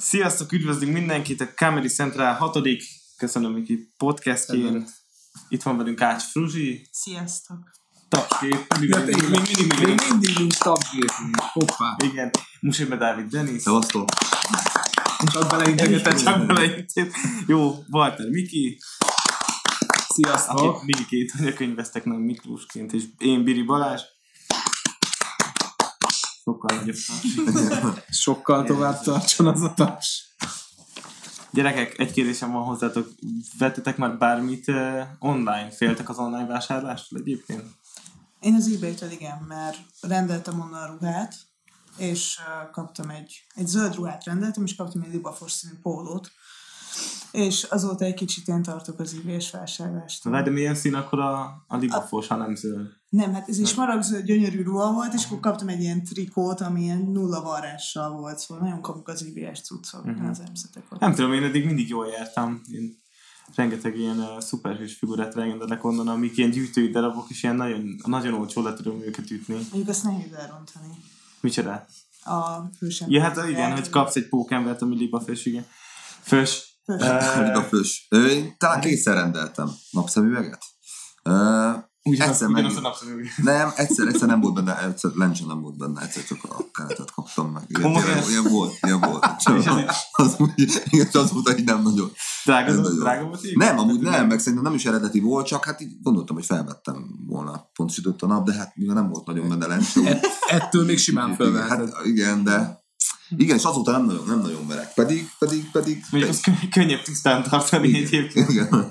Sziasztok, üdvözlünk mindenkit a Comedy Central 6. Köszönöm, Miki podcastjén. Itt van velünk Ács Fruzsi. Sziasztok. Tapsgép. Még mindig tapsgép. Hoppá. Igen. Musébe Dávid Denis. Szevasztok. Csak beleintegetett. Jó, Walter Miki. Sziasztok. Akit Mikikét anyakönyveztek meg Miklósként, és én Biri Balázs. Sokkal nagyobb taps. Sokkal tovább tartson az a taps. Gyerekek, egy kérdésem van hozzátok. Vettetek már bármit online? Féltek az online vásárlástól egyébként? Én az eBay-től igen, mert rendeltem onnan a ruhát, és kaptam egy zöld ruhát rendeltem, és kaptam egy libafos színű pólót. És azóta egy kicsit én tartok az eBay-s vásárlástól. Várj, de milyen szín akkor a libafos, ha nem zöld? Nem, hát ez is maragzöld gyönyörű ruha volt, és akkor kaptam egy ilyen trikót, ami ilyen nulla varrással volt, szóval nagyon kapok az eBay-es cuccok, az emszetek ott. Nem tudom, én eddig mindig jól jártam. Én rengeteg ilyen szuperhős figurát rendelek onnan, amik ilyen gyűjtői darabok, és ilyen nagyon, nagyon olcsó le tudom őket ütni. Mondjuk azt nehéz elrontani. Micsoda? A fősem. Ja, hát igen, hogy kapsz egy pókembert, ami libafős, igen. Libafős. Én talán kétszer rendeltem napszemüveget. Ugyanaz a napszemüveg. Nem, egyszer nem volt benne, egyszer lencsen nem volt benne, egyszer csak a keretet kaptam meg. Ilyen volt. Az volt, hogy nem nagyon. Drága volt így? Nem, amúgy nem, meg szerintem nem is eredeti volt, csak hát így gondoltam, hogy felvettem volna, pont sütött a nap, de hát mivel nem volt nagyon benne lencsen. Ettől még simán felvetted. Hát igen, de... Igen, és azóta nem nagyon verek. Pedig... Mondjuk az könnyebb tisztán tartani egyébként. Igen.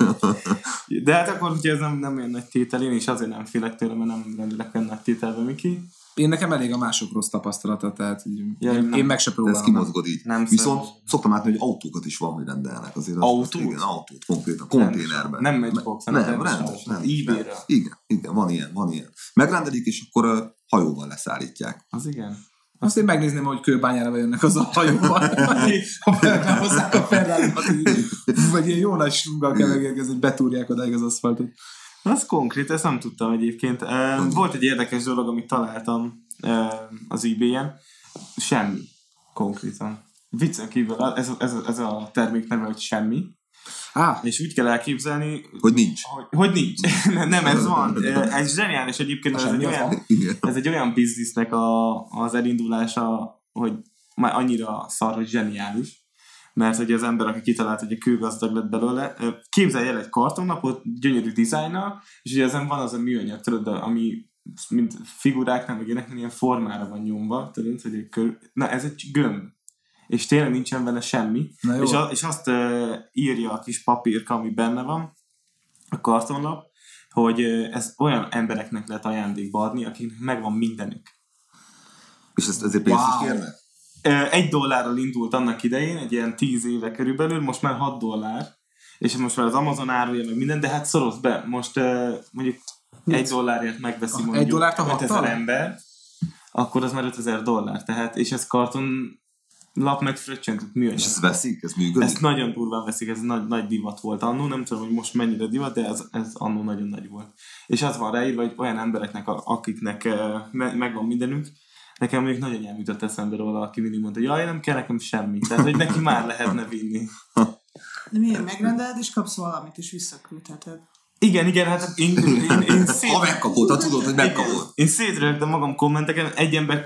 De hát akkor, hogyha ez nem olyan nagy tétel, én is azért nem félek tőle, mert nem rendelek olyan nagy tételbe, Miki. Én nekem elég a mások rossz tapasztalata, tehát én meg se Ez próbálom. kimozgod így. Nem viszont szoktam látni, hogy autókat is van, hogy rendelnek. Azért autót? Igen, autót konkrétan, konténerben. Nem megy box, nem. eBay-re. Igen, van ilyen. Megrendelik, és akkor hajóval leszállítják. Az igen. Azt én megnézném, hogy Kőbányára jönnek az a hajóval. Ha hozzák a Ferrari-mat, vagy ilyen jó nagy slunggal kell megérkezni, hogy betúrják odáig az aszfaltot. Az konkrét, ezt nem tudtam egyébként. Volt egy érdekes dolog, amit találtam az eBay-en. Semmi konkrétan. Viccen kívül, ez a termék neve, hogy semmi. És úgy kell elképzelni, hogy nincs. Hogy nincs. Nem, ez van. Ez zseniális egyébként, ez egy olyan biznisznek az elindulása, hogy már annyira szar, hogy zseniális. Mert hogy az ember, aki kitalált, hogy a kőgazdag lett belőle, képzelj el egy kartonnapot, gyönyörű dizájnnal, és ugye ezen van az a műanyag, tudod, ami mint figuráknál, meg ilyenek, ilyen formára van nyomva, tudod, hogy ez egy gömb. És tényleg nincsen benne semmi. És azt írja a kis papírka, ami benne van, a kartonlap, hogy ez olyan embereknek lehet ajándékba adni, akiknek megvan mindenük. És ezért pénzt is kérnek? $1 indult annak idején, egy ilyen 10 éve körülbelül, most már $6, és most már az Amazon árulja meg minden, de hát szoroz be. Most mondjuk $1 megveszi mondjuk 5000 ember, akkor az már $5000. Tehát, és ez karton lap meg fröccsöntött műanyag. És ezt veszik? Ez működik? Ezt nagyon durván veszik, ez nagy divat volt annó, nem tudom, hogy most mennyire divat, de ez annó nagyon nagy volt. És az van ráírva, hogy olyan embereknek, akiknek megvan mindenük, nekem még nagyon eljutott eszembe róla, aki mindig mondta, hogy jaj, nem kell nekem semmi. Tehát, hogy neki már lehetne vinni. De milyen megrendeled, és kapsz valamit, és visszaküldheted. Igen, hát én ha megkapod, ha tudod, hogy megkapod. Én szétrögtem magam kommenteken, egy ember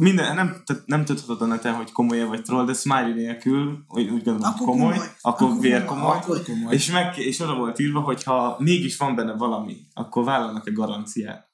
nem tudhatod a neten, hogy komoly vagy troll, de smiley nélkül, úgy gondolom, akkor komoly, akkor vérkomoly. komoly. És oda volt írva, hogy ha mégis van benne valami, akkor vállalnak-e garanciát.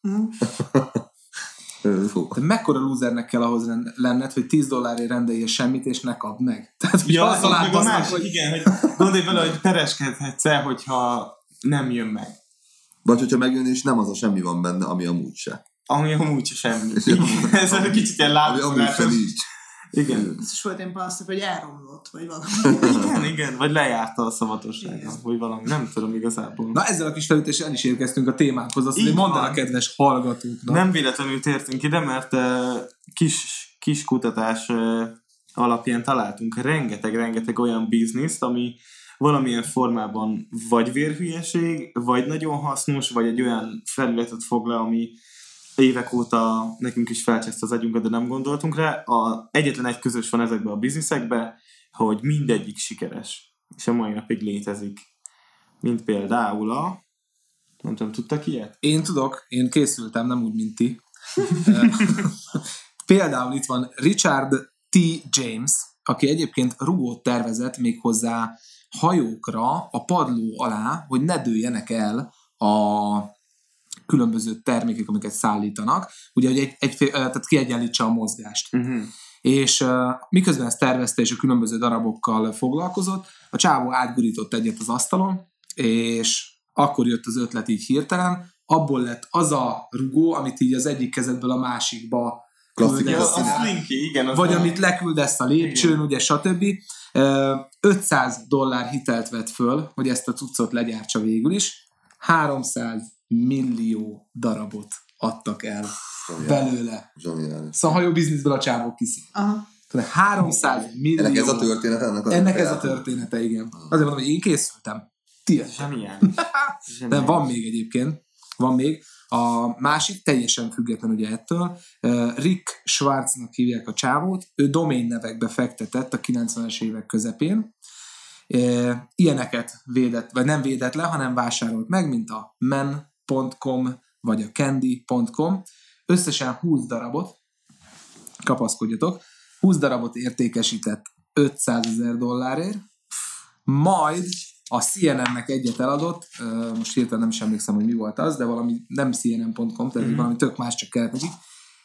De mekkora lúzernek kell ahhoz lenned, hogy $10 rendeljél semmit, és ne kapd meg? Tehát, hogy ja, az meg a másik, hogy igen, hogy gondolj bele, hogy pereskedhetsz el, hogyha nem jön meg. Vagy hogyha megjön, és nem az a semmi van benne, ami amúgy se. Ami amúgy se semmi. Ez egy kicsit ilyen lábszolás. Igen. Ez is volt én panasztok, hogy elromlott, vagy valami. Igen, vagy lejárta a szavatossága, vagy valami, nem tudom igazából. Na ezzel a kis felütéssel el is érkeztünk a témánkhoz, azt mondja, mondd el a kedves hallgatóknak. Nem véletlenül tértünk ide, mert kis kutatás alapján találtunk rengeteg olyan bizniszt, ami valamilyen formában vagy vérhülyeség, vagy nagyon hasznos, vagy egy olyan felületet foglal, ami évek óta nekünk is felcseszte az agyunkat, de nem gondoltunk rá. Egyetlen egy közös van ezekben a bizniszekben, hogy mindegyik sikeres. És a mai napig létezik. Mint például nem tudom, tudtak ilyet? Én tudok, én készültem, nem úgy, mint ti. Például itt van Richard T. James, aki egyébként rugót tervezett még hozzá hajókra a padló alá, hogy ne dőljenek el a különböző termékek, amiket szállítanak, ugye, hogy tehát kiegyenlítse a mozgást. És miközben ezt tervezte, és a különböző darabokkal foglalkozott, a csávó átgurított egyet az asztalon, és akkor jött az ötlet így hirtelen, abból lett az a rugó, amit így az egyik kezedből a másikba küldesz, vagy amit leküldesz a lépcsőn, igen. Ugye, stb. $500 hitelt vett föl, hogy ezt a cuccot legyártsa végül is. 300 millió darabot adtak el belőle. Szóval hajó bizniszből a csávók kiszél. 300 millió. Ennek ez a története? Ennek ez a története, igen. Azért mondom, hogy én készültem. De van még egyébként. Van még. A másik teljesen független ugye ettől. Rick Schwarznak hívják a csávót. Ő domain nevekbe fektetett a 90-es évek közepén. Ilyeneket védett, vagy nem védett le, hanem vásárolt meg, mint a men.com vagy a candy.com. Összesen 20 darabot, kapaszkodjatok, 20 darabot értékesített $500,000, majd a CNN-nek egyet eladott, most hirtelen nem is emlékszem, hogy mi volt az, de valami nem CNN.com, tehát valami tök más, csak kellett nekik,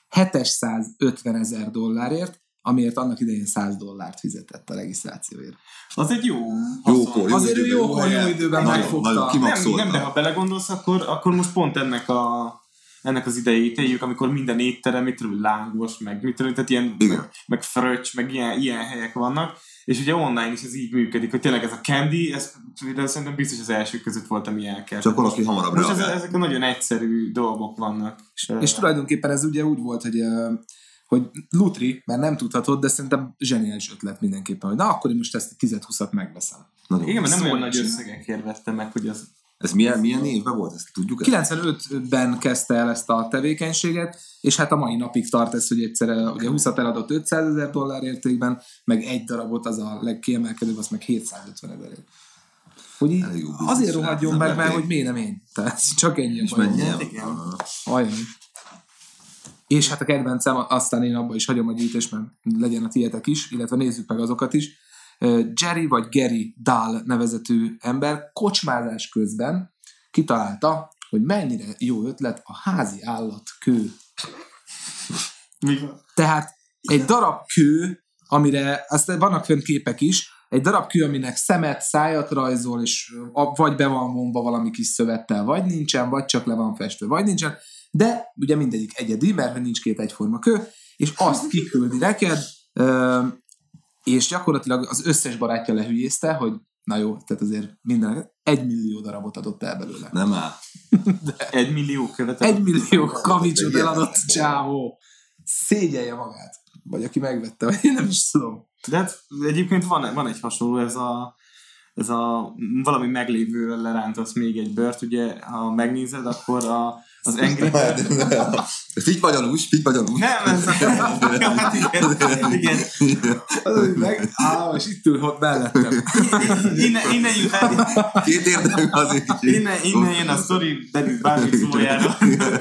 $750,000, amiért annak idején $100 fizetett a regisztrációért. Az egy jó azért ő jó időben megfogta. Nem, de ha belegondolsz, akkor most pont ennek az idejét éljük, amikor minden étterem, lángos, meg tehát ilyen, meg fröccs, meg ilyen helyek vannak, és ugye online is ez így működik, hogy tényleg ez a candy, ez szerintem biztos az első között volt, ami elkezdett. Csak valaki hamarabb most ezek a nagyon egyszerű dolgok vannak. És tulajdonképpen ez ugye úgy volt, hogy lutri, mert nem tudhatod, de szerintem zseniális ötlet mindenképpen, hogy na akkor én most ezt a 10-20-at megveszem. Igen, mert nem olyan nagy összegekért vettem meg, hogy az... Ez milyen évben volt, ezt tudjuk? 95-ben kezdte el ezt a tevékenységet, és hát a mai napig tart ez, hogy egyszerre ugye 20-at eladott $500,000 értékben, meg egy darabot, az a legkiemelkedőbb, az meg $750,000. Hogy így azért rohadjon meg, mert hogy miért nem én. Tehát csak ennyi a bajom. És hát a kedvencem, aztán én abba is hagyom a gyűjtést, mert legyen a tietek is, illetve nézzük meg azokat is. Jerry vagy Gary Dahl nevezetű ember kocsmázás közben kitalálta, hogy mennyire jó ötlet a házi állatkő. Tehát egy darab kő, amire, aztán vannak fönn képek is, egy darab kő, aminek szemet, szájat rajzol, és vagy be van vonva valami kis szövettel, vagy nincsen, vagy csak le van festve, vagy nincsen, de ugye mindegyik egyedi, mert nincs két egyforma kő, és azt kiküldi neked, és gyakorlatilag az összes barátja lehülyézte, hogy na jó, tehát azért minden 1 millió darabot adott el belőle. Nem áll. 1 millió követ. 1 millió kavicsot eladott csávó. Szégyelje magát. Vagy aki megvette, vagy én nem is tudom. De hát egyébként van egy hasonló, ez a valami meglévővel lerántasz még egy bört, ugye, ha megnézed, akkor az Angry Bird... Fit vagy alus. Nem, ez hát igen. És itt ül ott mellettem. Innen jön két érdemű azért kicsit. Innen jön a sztori, Denis bármi szójára.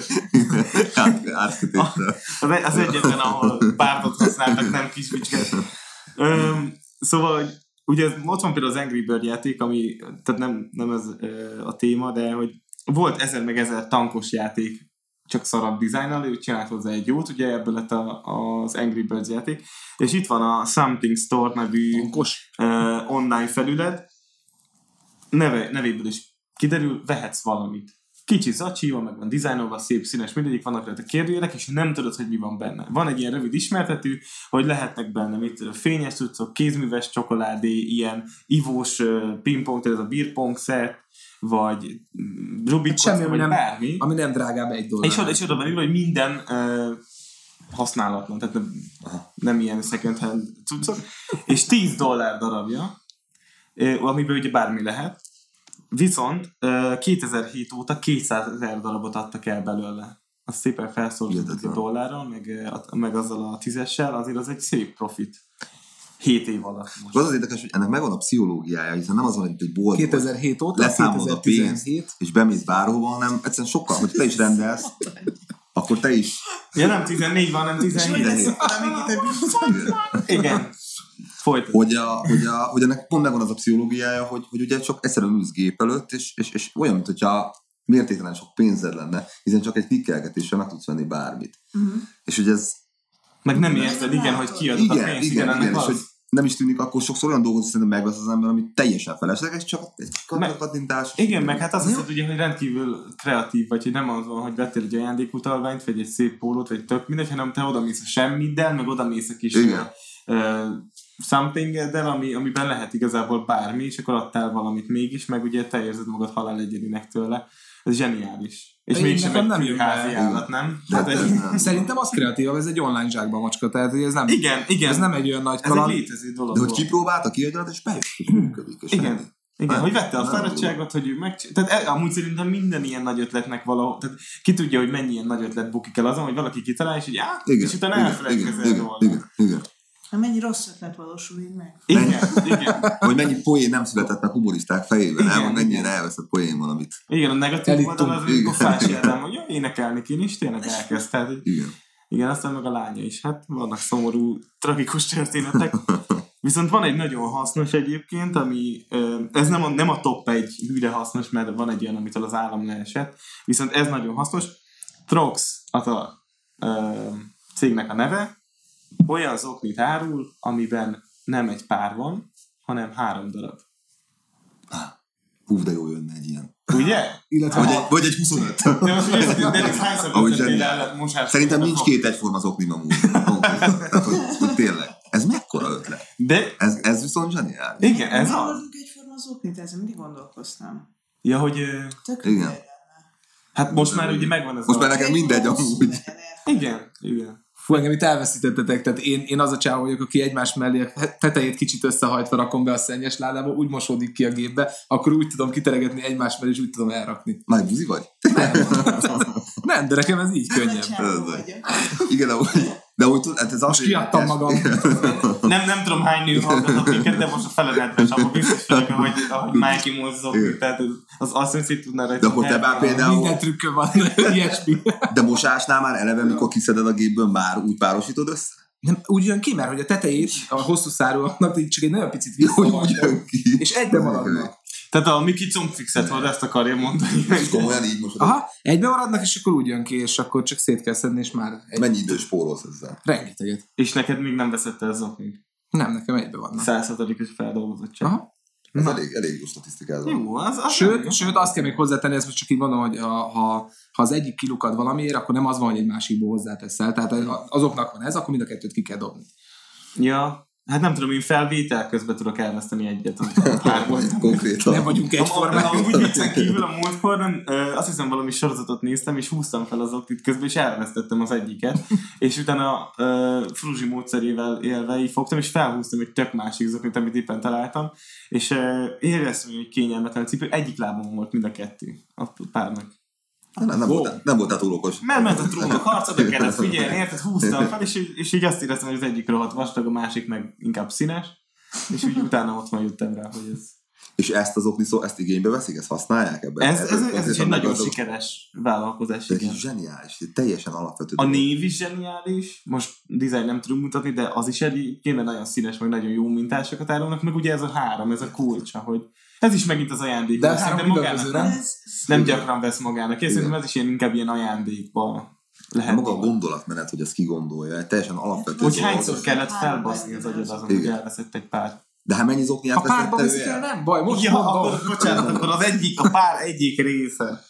Az egyetlen, ahol pártot használtak, nem kis vicskát. Szóval, hogy ugye ott van például az Angry Bird játék, ami, tehát nem ez a téma, de hogy volt 1000 tankos játék, csak szarabb dizájnnal, ő csinált hozzá egy jót, ugye ebből lett az Angry Birds játék, és itt van a Something Store nevű online felület, nevéből is kiderül, vehetsz valamit. Kicsi zacsi, jól meg van dizájnolva, szép színes, mindegyik, vannak rajta kérdőjelek, és nem tudod, hogy mi van benne. Van egy ilyen rövid ismertető, hogy lehetnek benne fényes cuccok, kézműves csokoládé, ilyen ivós pingpong, tehát ez a beer pong set, vagy Rubik semmi, vagy bármi. Ami nem drágább $1. És oda van írva, hogy minden használatlan, tehát nem ilyen second hand cuccok, és $10 darabja, amiből ugye bármi lehet. Viszont 2007 óta 200,000 darabot adtak el belőle az szépen felszólított a dollárral, meg azzal a 10-essel, azért az egy szép profit. 7 év alatt most. Az érdekes, hogy ennek megvan a pszichológiája, hiszen nem az van, hogy egy bolt 2007 óta, leszámolod a pénzt, 2017, és bemész bárhova, hanem egyszerűen sokkal, hogy te is rendelsz, akkor te is. Ja, nem 14 van, nem 17. Igen. Folytat. Hogy ennek pont megvan az a pszichológiája, hogy ugye csak egyszerűen ülsz gép előtt, és olyan, mint hogyha mértéktelen sok pénzed lenne, hiszen csak egy klikkelgetéssel meg tudsz venni bármit. És hogy ez... Meg nem érted, igen, hogy kiadod a pénzt. Igen, és hogy nem is tűnik, akkor sokszor olyan dolgot szerintem megvesz az ember, ami teljesen felesleges, csak egy kattintás. Igen, meg hát az hiszed ugye, hogy rendkívül kreatív vagy, hogy nem az van, hogy vettél egy ajándékutalványt, vagy egy szép pólót, vagy tök mindegy, hanem te odamész a semmiddel, meg odamész a kis something-del, amiben lehet igazából bármi, és akkor adtál valamit mégis, meg ugye te érzed magad halálegyedinek tőle. Ez zseniális. És mégsem egy házi állat, nem? Szerintem az kreatív, ez egy online zsákba macska, tehát ez nem, igen. Ez nem egy olyan nagy kaland. Ez egy létező dolog. De hogy kipróbálta, kiadott, és bejött, és működik. Igen, hogy vette a fáradtságot, hogy ő tehát amúgy szerintem minden ilyen nagy ötletnek valahol, tehát ki tudja, hogy mennyi ilyen nagy ötlet bukik el azon, hogy valaki kitalál, és utána elfelejtkezel róla. Igen. Mennyi rossz ötlet valósul így meg? Igen. Hogy mennyi poén nem született meg humoristák fejében, nem? Hogy mennyire elveszett poén van, amit... Igen, a negatív oldal az, amikor Fási Ádám, hogy énekelni kéne, és tényleg elkezd. Tehát, igen, aztán meg a lánya is. Hát vannak szomorú, tragikus történetek. Viszont van egy nagyon hasznos egyébként, ami, ez nem a top 1 hűre hasznos, mert van egy olyan, amitől az állam leesett, viszont ez nagyon hasznos. Trox az a cégnek a neve, olyan zoknit árul, amiben nem egy pár van, hanem 3 darab. Hú, de jó jönne egy ilyen. Ugye? Vagy egy 25. De most ez hányszor beszéltél el mosás? Szerintem nincs 2 egyforma zoknim amúgy. hogy tényleg. Ez mekkora ötlet? De... Ez viszont zseniális. Igen, ez az. Egyforma zoknit, ezzel mindig gondolkoztam. Ja, hogy... Igen. Hát most már ugye megvan ez most már nekem mindegy amúgy. Igen. Fú, engem itt elveszítettetek, tehát én az a csávó vagyok, aki egymás mellé a tetejét kicsit összehajtva rakom be a szennyes ládába, úgy mosódik ki a gépbe, akkor úgy tudom kiteregetni egymás mellé, és úgy tudom elrakni. Nagy buzi vagy? Nem, de nekem ez így könnyebb. Igen, de úgy tudod, ez most kiadtam magam. Nem tudom hány nő hallgatott minket, de most a feledetves, akkor biztos vagyok, ahogy Mikey mozzog, tehát az azt hiszem, hogy tudná rajta. De akkor te már például... Minden trükköm van, ilyesmi. De mosásnál már eleve, mikor kiszeded a gépből, már úgy párosítod össze? Nem, úgy jön ki, mert hogy a tetejét, a hosszú szárúaknak csak egy nagyon picit visszahagyom, és egybe maradnak. Tehát a Miki combfixet volt, ezt akarja mondani. Komolyan így mosod. Aha, egybe maradnak, és akkor úgy jön ki, és akkor csak szét kell szedni, és már... Mennyi idős spórolsz ezzel? Rengeteget. És neked még nem veszett el zoknit? Nem, nekem egybe vannak. 100%-os feldolgozottság. Aha. Ez elég jó statisztikázó. Jó, az sőt, azt kell még hozzátenni, ezt most csak így mondom, hogy ha az egyik kilukad valamiért, akkor nem az van, hogy egy másikból hozzáteszel. Tehát azoknak van ez, akkor mind a kettőt ki kell dobni. Ja, hát nem tudom, én felvétel közben tudok elveszteni egyet. Konkrétan. Nem vagyunk egyformák. Úgy viccen kívül a múltkor, azt hiszem valami sorozatot néztem, és húztam fel az oktit közben, és elvesztettem az egyiket. És utána Fruzsi módszerével élve így fogtam, és felhúztam egy tök másik zoknit, amit éppen találtam, és éreztem, hogy kényelmetlen cipő. Egyik lábam volt mind a kettő a párnak. Nem voltál túl okos. Mert ment a trónok harc, oda kellett figyelni, érted? Húztam fel, és így azt éreztem, hogy az egyik rohadt vastag, a másik meg inkább színes, és úgy utána ott van jöttem rá, hogy ez... És ezt az okniszó, ezt igénybe veszik, ezt használják ebben? Ez is egy nagyon sikeres vállalkozás. Ez zseniális, teljesen alapvető. A név is zseniális, most dizájn nem tudom mutatni, de az is egyébként nagyon színes, meg nagyon jó mintásokat árulnak, meg ugye ez a 3, ez a kulcsa, hogy ez is megint az ajándék. De szerintem magának nem gyakran vesz magának. Én szerintem ez is inkább ilyen ajándékba lehet. Maga a gondolatmenet, hogy ezt kigondolja, teljesen alapvető. Hogy hányszor kellett felbaszni az agyad azon, hogy elveszett egy pár. De hát mennyi zokniát veszett el? Ha párba veszik el, nem baj, most mondom. Bocsánat, akkor a pár egyik része.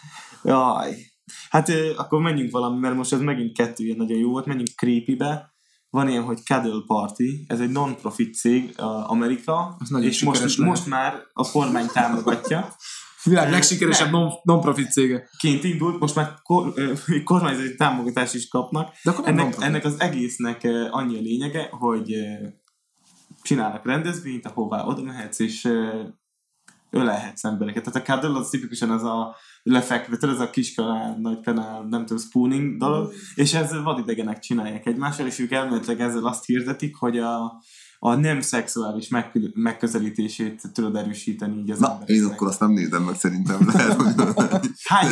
Jaj. Hát akkor menjünk valami, mert most ez megint 2 ilyen nagyon jó volt, menjünk Creepy-be. Van ilyen, hogy Cuddle Party, ez egy non-profit cég, Amerika, és most már a kormány támogatja. Világ legsikeresebb non-profit cége. Ként indult, most már kormányzati támogatást is kapnak. Ennek az egésznek annyi a lényege, hogy csinálnak rendezvényt, ahová oda mehetsz, és ölelhetsz embereket. Tehát a cuddle az tipikusan az a lefekve, ez a kis kanál, nagy kanál, nem tudom, spooning dolog, és ez vadidegenek csinálják egymással, és ők elméletileg ezzel azt hirdetik, hogy a nem szexuális megközelítését tudod erősíteni így az embereknek. Én akkor azt nem nézem meg, szerintem lehet, hogy... Hány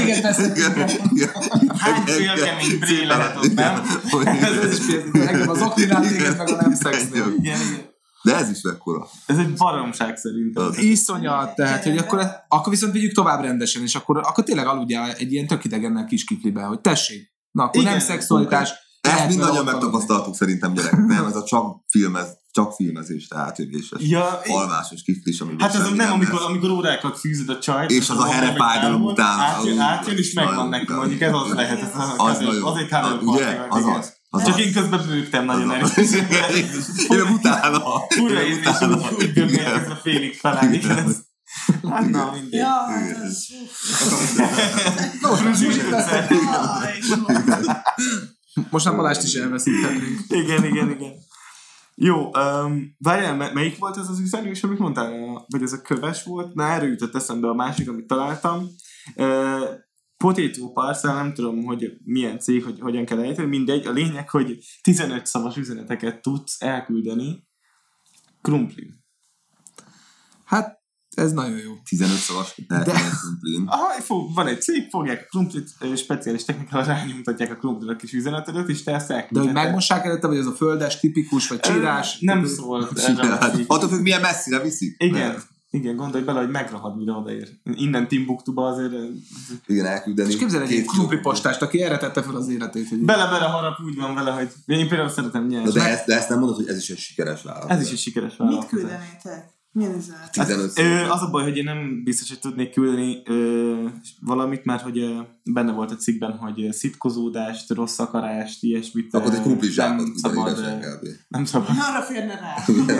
félkemény bré lehet ott, nem? Ez is például az okninál téged meg a nem szexnél. Igen. De ez is mekkora. Ez egy baromság szerintem. Iszonyat, tehát, hogy akkor viszont vigyük tovább rendesen, és akkor tényleg aludjál egy ilyen tök idegennel kiskiklibe, hogy tessék, na akkor igen, nem szexualitás. Ezt mindannyian megtapasztaltuk szerintem, gyerek. Nem, ez a csak filmezés, tehát jövéses, alvásos kiklis, amiben hát ez nem, amikor órákat fűzöd a csajt. És az a herepájdalom után. Átjön, és megvan neki, mondjuk ez az lehet. Az nagyon. Azért kell, ugye? Az. Csak én közben bőgtem nagyon erősen. Én utána. Fura érzés, úgy bőgtem, közben félig felállni. Hát na, mindegy. Ja, hát ez... Most nem Balást is elveszíthetnénk. Igen. Jó, várjál, melyik volt ez az üzenés, amit mondtál? Vagy ez a köves volt? Na, erről jutott eszembe a másik, amit találtam. Potato Parcel, nem tudom, hogy milyen cég, hogy hogyan kell ejteni, mindegy. A lényeg, hogy 15 szavas üzeneteket tudsz elküldeni krumplin. Hát, ez nagyon jó. 15 szavas krumplin. Van egy cég, fogják a krumplit, speciális technikával rányomtatják a krumplira a kis üzenetedet, és te ezt elküldheted. De hogy megmossák előtte, vagy ez a földes, tipikus, vagy csírás? Nem szólt. Attól függ, milyen messzire viszik. Igen, gondolj bele, hogy megrahad, mire odaér. Innen Timbuktuba azért... Igen, elküldeni. És képzel egy krumpli postást, aki erre tette fel az életét. Hogy Bele harap, úgy van vele, hogy én például szeretem nyerni. De ezt nem mondod, hogy ez is egy sikeres vállalat. Ez is egy sikeres vállalat. Mit küldenétek? Milyen üzenet? 15 az a baj, hogy én nem biztos, hogy tudnék küldeni valamit, mert hogy benne volt a cikkben, hogy szitkozódást, rossz akarást, ilyesmit. Akkor egy krumpli zsákot nem szabad. Arra férne rá.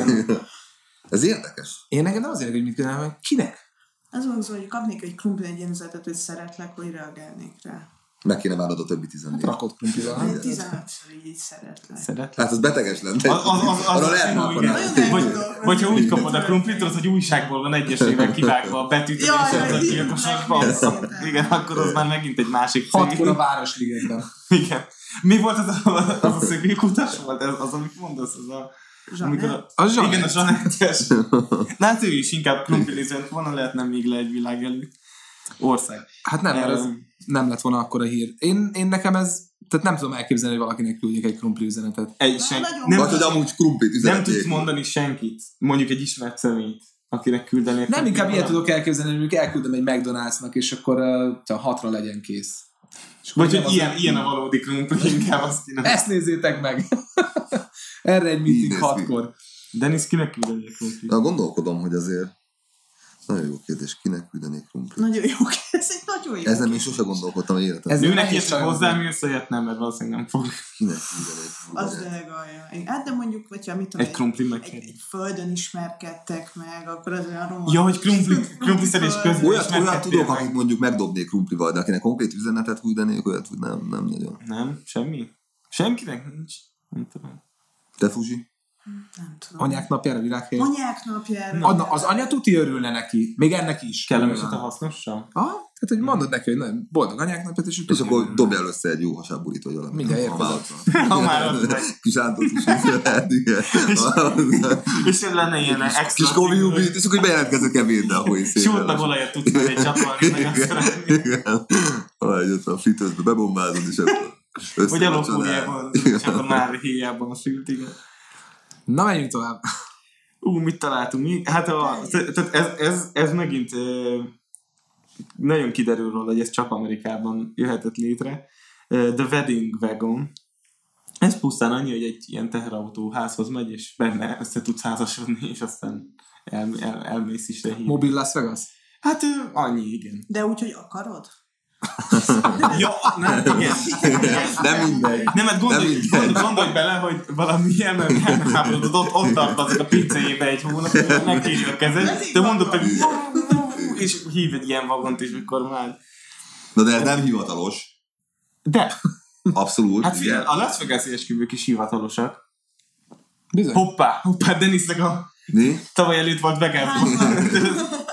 Ez érdekes. Én nekem nem azért, hogy mit küldenem, hogy kinek? Az van szó, hogy kapnék egy krumpli egy üzenetet, hogy szeretlek, hogy reagálnék rá. Meg kéne várnod a többi 14. Rakott krumplival. 15-ször így szeretlek. Hát az beteges lenne. Arra lehet vagy ha úgy kapod a krumplit, az, hogy újságból van egyesével kivágva a betűt, és az a gyilkosokban. Igen, akkor az már megint egy másik cég. 6-kor a Városligetben. Igen. Mi volt az a szökőkutas volt? Az, amit mondasz, az a... Zsanett. Igen, a Zsanettes. Na hát ő is inkább krumplizent volna, lehetne még le egy világ előtt. Ország. Hát nem, mert ez nem lett volna akkora hír. Én nekem ez, tehát nem tudom elképzelni, hogy valakinek küldjek egy krumpli üzenetet. Vagy hogy amúgy krumplit üzeneték. Nem tudsz mondani senkit, mondjuk egy ismert személyt, akinek küldeni. Nem, inkább ilyet tudok elképzelni, hogy mondjuk elküldöm egy McDonald'snak, és akkor 6-ra legyen kész. Vagy hogy ilyen a valódi krumpli, inkább azt kéne. Ezt nézzétek meg! Erre egy meeting 6-kor. Dennis, kinek küldenék krumplit? Na, gondolkodom, hogy azért nagyon jó kérdés, kinek küldenék krumplit. Nagyon jó kérdés, ez egy nagyon jó. Ezen én sose gondolkodtam, hogy életem. Nőnek is hozzám jössz, olyat nem, mert valószínűleg nem fog. Kinek küldenék krumplit? Az delegalja. Hát de mondjuk, hogyha mit tudom, egy krumpli egy földön ismerkedtek meg, akkor az olyan romantikus. Ja, hogy krumpli-szerés közben olyat tudok, akit mondjuk megdobnék krumplival, de akinek konkrét üzenetet küldenék, olyat nem nagyon. Nem? Semmi? Senkinek nincs? Nem tudom. Te, Fuzsi? Nem tudom. Anyák napjára, világhely. Anyák napjára. Az anya tuti örülne neki. Még ennek is. Kellemes a hasznossal? Tehát, hogy mondod neki, hogy nagyon boldog anyák napját, és akkor dobjál össze egy jó hasábburít, vagy valami. Mindjárt érkezett. Ha már az meg. Kis ántot is lehet, igen. És lenne ilyen extra. Kis koviubit, és akkor bejelentkezek ebéddel, hogy szépen. Sútnak olajat tudsz meg egy csatolni, nagyon szeretni. Igen. Vagy ott a fritőzbe bebombázod, és akkor vagy alapfóliában, csak a már héjában a sült, igen. Na, menjünk tovább. Mit találtunk mi? Hát ez megint nagyon kiderül róla, hogy ez csak Amerikában jöhetett létre. The Wedding Wagon. Ez pusztán annyi, hogy egy ilyen teherautó házhoz megy, és benne össze tudsz házasodni, és aztán elmész is rehív. Mobil Las Vegas? Hát annyi, igen. De úgy, hogy akarod? Ja, nem, igen. Nem mindegy. Nem, hát gondolj bele, hogy valami elmeháborodott, ott tartozik a pizzéjébe egy hónapja, megkérjük a kezed, de mondod, hogy és hív egy ilyen vagont is, mikor már... Na de ez nem hivatalos. De. Abszolút. Hát figyelj, a Las Vegas-i esküvők is hivatalosak. Bizony. Hoppá, Denisnek a... Mi? Tavaly előtt volt Vegas.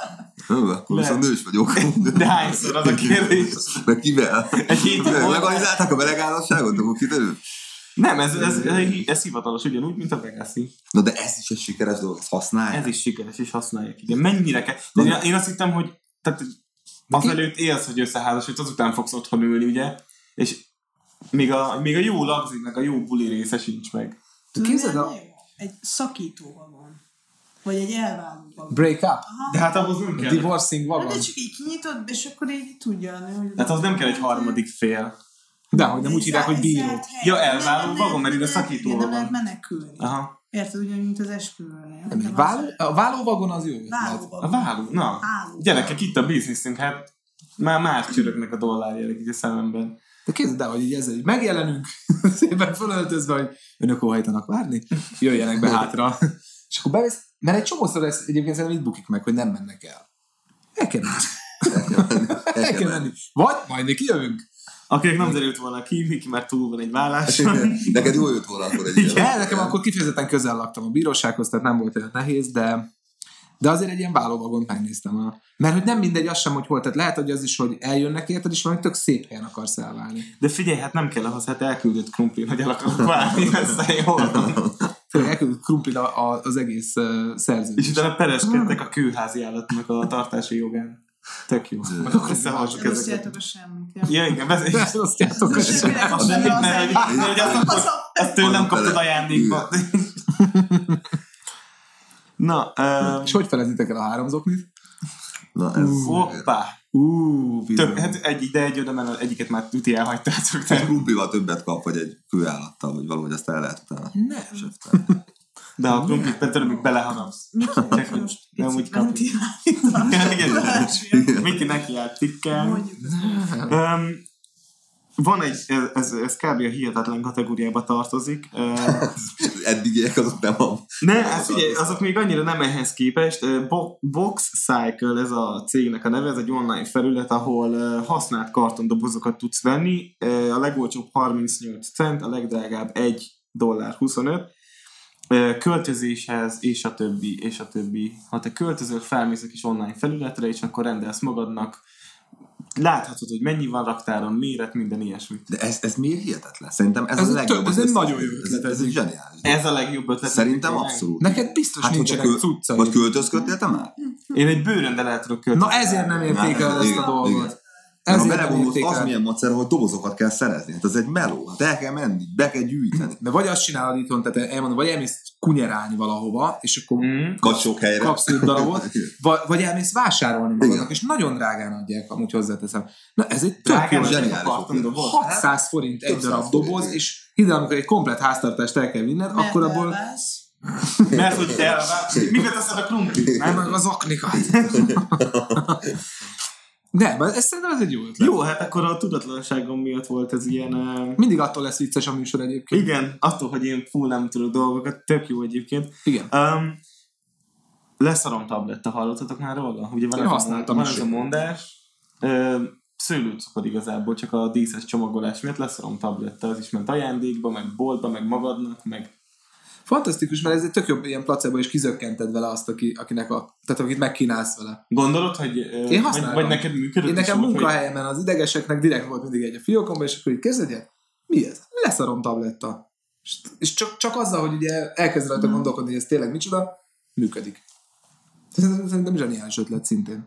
Akkor viszont nős vagyok. De hányszor az a kérdés? De kivel? Egy hétig legalizálták a melegállasságot, akkor kiderül? Nem, ez hivatalos ugyanúgy, mint a Vegas-i. Na de ez is egy sikeres dolog, ezt használják. Ez is sikeres, és használják, igen. Mennyire kell. De én azt hittem, hogy azelőtt élsz, hogy összeházasodsz, azután fogsz otthon ülni, ugye? És még a jó lagziknak, a jó buli része sincs meg. Képzeld egy szakítóvagon. Vagy egy elváló vagon. Break up? De hát ahhoz nem kell. Divorcing vagon? De csak így kinyitod, és akkor így tudja a nő, hogy... Hát az nem kell egy harmadik fél. De hogy nem úgy hívják, hogy bíró. Ja, elváló vagon, mert ide szakító vagon. Nem vagon. lehet menekülni. Aha. Érted, ugyanúgy, mint az esküvőnél. A vállóvagon az jó. A váló, na. Gyerekek, itt a bizniszünk, hát már más csörögnek a dollárjelek így a szememben. De képzeld el, hogy így ezzel így megjelenünk, szépen fölöltözve, hogy önök óhajtanak várni, jöjjenek be hátra. És akkor bevész, mert egy csomószor ez egyébként szerintem itt bukik meg, hogy nem mennek el. El kell menni. Vagy majd mi kijövünk. Akinek nem derült volna ki, Miki már túl van egy válláson. Neked jól jött volna akkor egy ilyen. Nekem akkor kifejezetten közel laktam a bírósághoz, tehát nem volt olyan nehéz, de azért egy ilyen vállóvagont megnéztem. Mert hogy nem mindegy az sem, hogy hol. Tehát lehet, hogy az is, hogy eljönnek érted, és valami tök szép helyen akarsz elválni. De figyelj, hát nem kell ahhoz, hát elküldött krumplin, hogy el akarok válni, aztán jól van. Elküldött krumplin az egész szerződés. És utána pereskedtek a kőházi állatnak a tartási jogán. Tök jó. Meg akkor összehassuk ezeket. Elosztjátok a semmit. Ja, igen, elosztjátok a semmit. Azt tőlem kaptad ajándékba. Na, és hogy felezitek el a 3 zoknit? Na ez... Hoppá! Hát egy oda, mert egyiket már tuti elhagytátok. Egy krumplival többet kap, vagy egy kőállattal, vagy valahogy ezt el lehet utána. Nem. De a krumplit Petr, még beleharapsz. Nem úgy kapjuk. Miki neki állt tikkel. Van egy, ez kb. A hihetetlen kategóriába tartozik. Eddigiek azok nem van. Ne, hát figyelj, azok még annyira nem ehhez képest. Box Cycle, ez a cégnek a neve, ez egy online felület, ahol használt kartondobozokat tudsz venni. A legolcsóbb 38 cent, a legdrágább $1.25. Költözéshez, és a többi. Ha te költözöl, felmész egy kis online felületre, és akkor rendelsz magadnak. Láthatod, hogy mennyi van raktáron, méret, minden ilyesmi. De ez miért hihetetlen? Szerintem ez a legjobb. Ez egy nagyon jó ötlet. Ez egy zseniális. Ez a legjobb ötlet. Szerintem abszolút. Neked biztos nincsenek cuccai. Vagy költözködtél te már? Én egy bőröndel el tudok költözni. Na ezért nem értékel ezt a dolgot. Ha belegondolsz, az milyen módszer, hogy dobozokat kell szerezni. Hát ez egy meló. Hát el kell menni, be kell gyűjteni. De vagy azt csinálod itthon, tehát elmondom, vagy elmész kunyerálni valahova, és akkor Kacsok helyre. kapsz 5 darabot, vagy elmész vásárolni magadnak, és nagyon drágán adják, amúgy hozzáteszem. Na ez egy tök jó zseniális. 600 forint egy darab doboz, és hidd el, amikor egy komplet háztartást el kell vinned, akkor abból... Mert hogy elválsz. Miket teszed a krumplit? Nem, meg az aknikat. De, ez szerintem ez egy jó ötlet. Jó, hát akkor a tudatlanságom miatt volt ez ilyen... Mindig attól lesz vicces a műsor egyébként. Igen, attól, hogy én full nem tudok dolgokat, tök jó egyébként. Igen. Leszarom tabletta, hallottatok már róla? Ugye van ez a mondás. Szőlőcukor igazából, csak a díszes csomagolás miatt leszarom tabletta, az is ment ajándékba, meg boltba, meg magadnak, meg... Fantasztikus, mert ez egy tök jobb ilyen placebo, és kizökkented vele azt, tehát akit megkínálsz vele. Gondolod, hogy vagy neked működött? Én nekem munkahelyemen az idegeseknek direkt volt mindig egy a fiókomban, és akkor így kezdődje, mi ez? Leszarom tabletta. És csak azzal, hogy ugye elkezd rajta gondolkodni, hogy ez tényleg micsoda, működik. Szerintem zseniális ötlet szintén.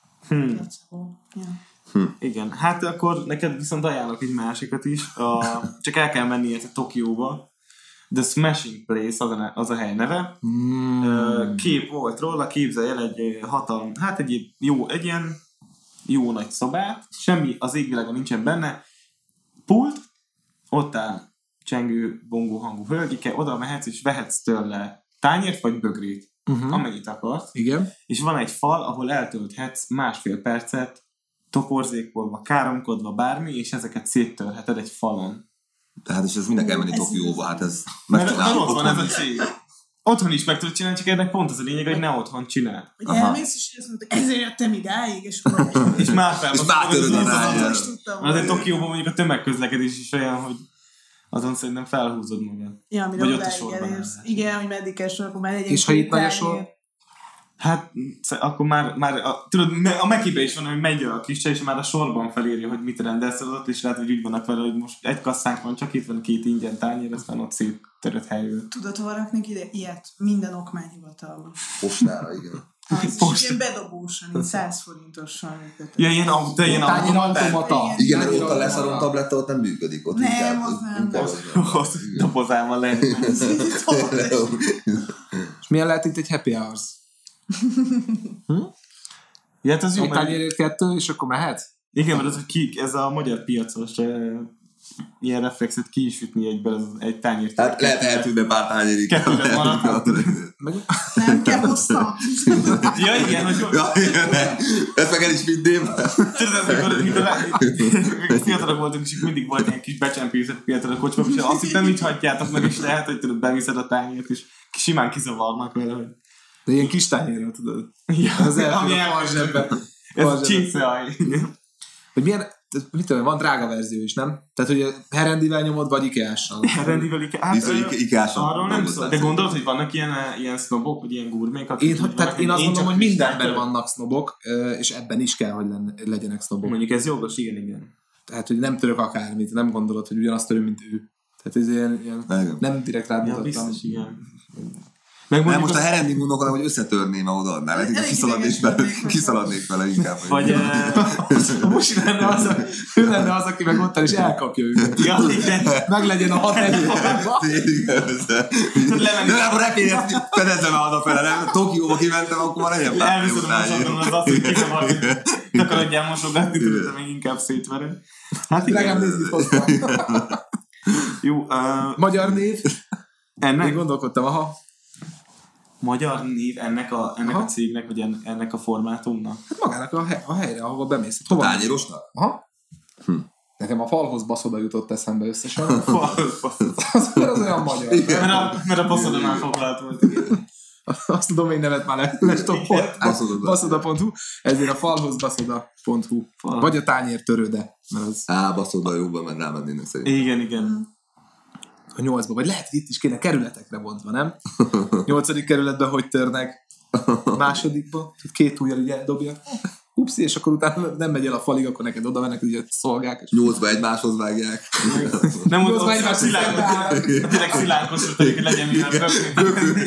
Igen, hát akkor neked viszont ajánlok egy másikat is. Csak el kell menni a Tokióba. The Smashing Place az a hely neve. Kép volt róla, képzelj el egy ilyen jó nagy szobát, semmi az égvilágon nincsen benne, pult, ott áll csengő, bongó hangú hölgyike, oda mehetsz és vehetsz tőle tányért vagy bögrét, amennyit akarsz. Igen. És van egy fal, ahol eltölthetsz 1,5 percet toporzékolva, káromkodva, bármi, és ezeket széttörheted egy falon. Tehát és ez minden kell menni Tokióba, hát ez megcsinálom. Mert ott van ez a cég. Otthon is meg tudod csinálni, csak ennek pont az a lényeg, hogy ne otthon csinál. Hogy elmész, és azt mondod, ezért jöttem idáig, és már felbaszolod az irányát. Azért Tokióban mondjuk a tömegközlekedés is olyan, hogy azon szerintem felhúzod magad. Ja, amire odáig elérsz. Igen, hogy meddig kell sor, akkor már legyen. És ha itt nagy a sor? Hát akkor már tudod, a Mekibe is van, hogy megy a kis csaj, és már a sorban felírja, hogy mit rendelsz, az ott is lehet, hogy úgy vannak vele, hogy most egy kasszánk van, csak itt van 2 ingyen tányér, aztán ott széttörött helyről. Tudod, hol raknék ide ilyet? Minden okmányhivatalban. Postára, igen. Az is ilyen bedobósan, így 100 forintosan működik. Ja, ilyen automata. Igen, mert ott a leszarom tabletta ott nem működik. Ott nem, az nem. Ott dobozában lehet. És milyen lehet itt egy happy hours? Ja, hát az jó, egy tányérért 2, és akkor mehet? Igen, mert ez a magyar piacos ilyen reflexet ki is ütni egy tányért. Hát lehet eltűnne pár tányérig. Kettőre maradhat. Nem kell hoztam. Ja, igen, hogy ezt meg el is vinném. Tudod, amikor fiatalok voltunk, és mindig volt ilyen kis becsempészett piacra a kocsma, és azt hittem, így hagyjátok meg, és lehet, hogy tudod, beviszed a tányért, és simán kizavarnak vele, hogy... De ilyen kis tányérra, tudod. Ja, az elfér a farzsebben. Ez csincszaj. Hogy milyen, mit tudom, van drága verzió is, nem? Tehát, hogy Herendivel nyomod, vagy Ikea-sal? Herendivel Ikea-sal. Arról nem szól. De gondolod, hogy vannak ilyen sznobok, vagy ilyen gurmék? Én azt gondolom, hogy mindenben vannak sznobok, és ebben is kell, hogy legyenek sznobok. Mondjuk ez jogos, igen. Tehát, hogy nem török akármit, nem gondolod, hogy ugyanazt törő, mint ő. Tehát ez ilyen nem direkt rád mutattam. Ja, biztos, igen. Nem, most a Herendi mondok, hogy összetörném, ahol odaadnál. Lehet, hogy kiszaladnék vele inkább. Vagy most ő lenne az, aki meg ott és elkapja őket. Ja, igen. Meg legyen a 6 elő. De akkor repényet fedezem el odafele, nem? Tokióba kimentem, akkor már legyen pár. Elviszem a mosodon az azt, hogy kizavarni. Takarodjál mosogatni, de még inkább szétvered. Hát legalább nézni hoztam. Jó. Magyar név? Ennek? Én gondolkodtam, aha. Magyar név ennek a cégnek, vagy ennek a formátumnak? Hát magának a helyre, ahova bemész. A tányérosnak? Aha. Nekem a falhoz baszoda jutott eszembe összesen. Az olyan magyar. Mert a baszoda már foglalt volt. Azt a domain nevet már lestoppolt. Baszoda.hu. Ezért a falhozbaszoda.hu. Vagy a tányértörőde. Baszoda jobban, mert rámennének szerintem. Igen. A 8-ba, vagy lehet, hogy itt is kéne kerületekre bontva, nem? 8. kerületben hogy törnek? Másodikba? 2 ujjal így eldobja. Upszi, és akkor utána nem megy el a falig, akkor neked oda mennek, ugye szolgák. 8-ba egymáshoz vágják. Nem mondom, hogy tényleg szilánkos, hogy legyen minden röpni.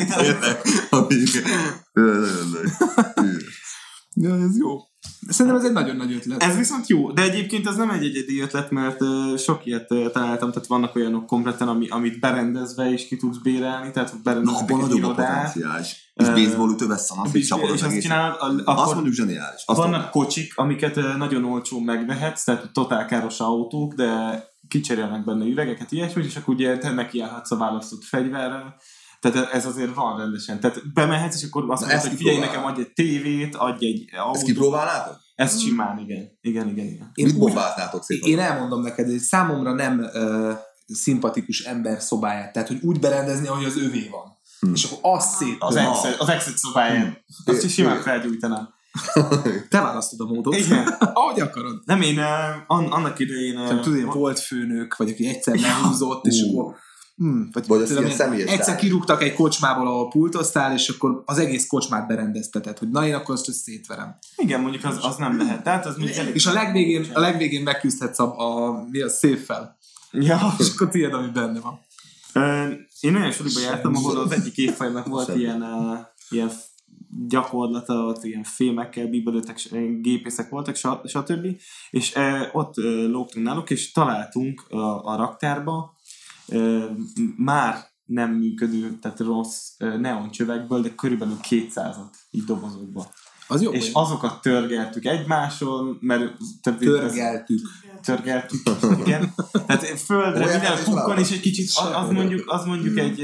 Ja, ez jó. Szerintem ez egy nagyon nagy ötlet. Ez viszont jó, de egyébként ez nem egy egyedi ötlet, mert sok ilyet találtam, tehát vannak olyanok kompletten, amit berendezve is ki tudsz bérelni, tehát berendezve egy irodát. És baseball-ütő veszem, azt csapod az egész. Azt mondjuk zseniális. Vannak kocsik, amiket nagyon olcsón megvehetsz, tehát totál káros autók, de kicserélnek benne üvegeket, ilyesmit, és akkor ugye te nekiállhatsz a választott fegyverrel. Tehát ez azért van rendesen. Tehát bemehetsz, és akkor azt mondod, hogy figyelj nekem, adj egy tévét, adj egy autót. Ezt kipróbálnátok? Ez simán, igen. Mit bombáznátok szépen? Én elmondom neked, hogy számomra nem szimpatikus ember szobáját. Tehát, hogy úgy berendezni, ahogy az övé van. És akkor azt szét... Az exit szobáját. Azt is simán felgyújtanám. Te választod a módot. Igen. Ahogy akarod. Nem, én annak idején... Tudod, volt főnök, vagy aki egyszer lehúzott, és akkor... Vagy az ilyen személyes. Egyszer kirúgtak egy kocsmából, ahol pultoztál, és akkor az egész kocsmát berendezteted, hogy na én akkor azt szétverem. Igen, mondjuk az nem lehet. Tehát az és a legvégén megküzdhetsz a széffel. Ja. És akkor tiéd, ami benne van. Én olyan suliba jártam, ahol az egyik évfolyamnak volt ilyen gyakorlata, ott ilyen fémekkel, bíbelőtek, gépészek voltak, stb. És ott lógtunk náluk, és találtunk a raktárba már nem működő, tehát rossz neoncsövekből, de körülbelül 200-at így dobozokba. Az jó. És azokat törgeltük egymáson, mert... Törgeltük, igen. Tehát földre minden pukkon, és egy kicsit, az mondjuk egy...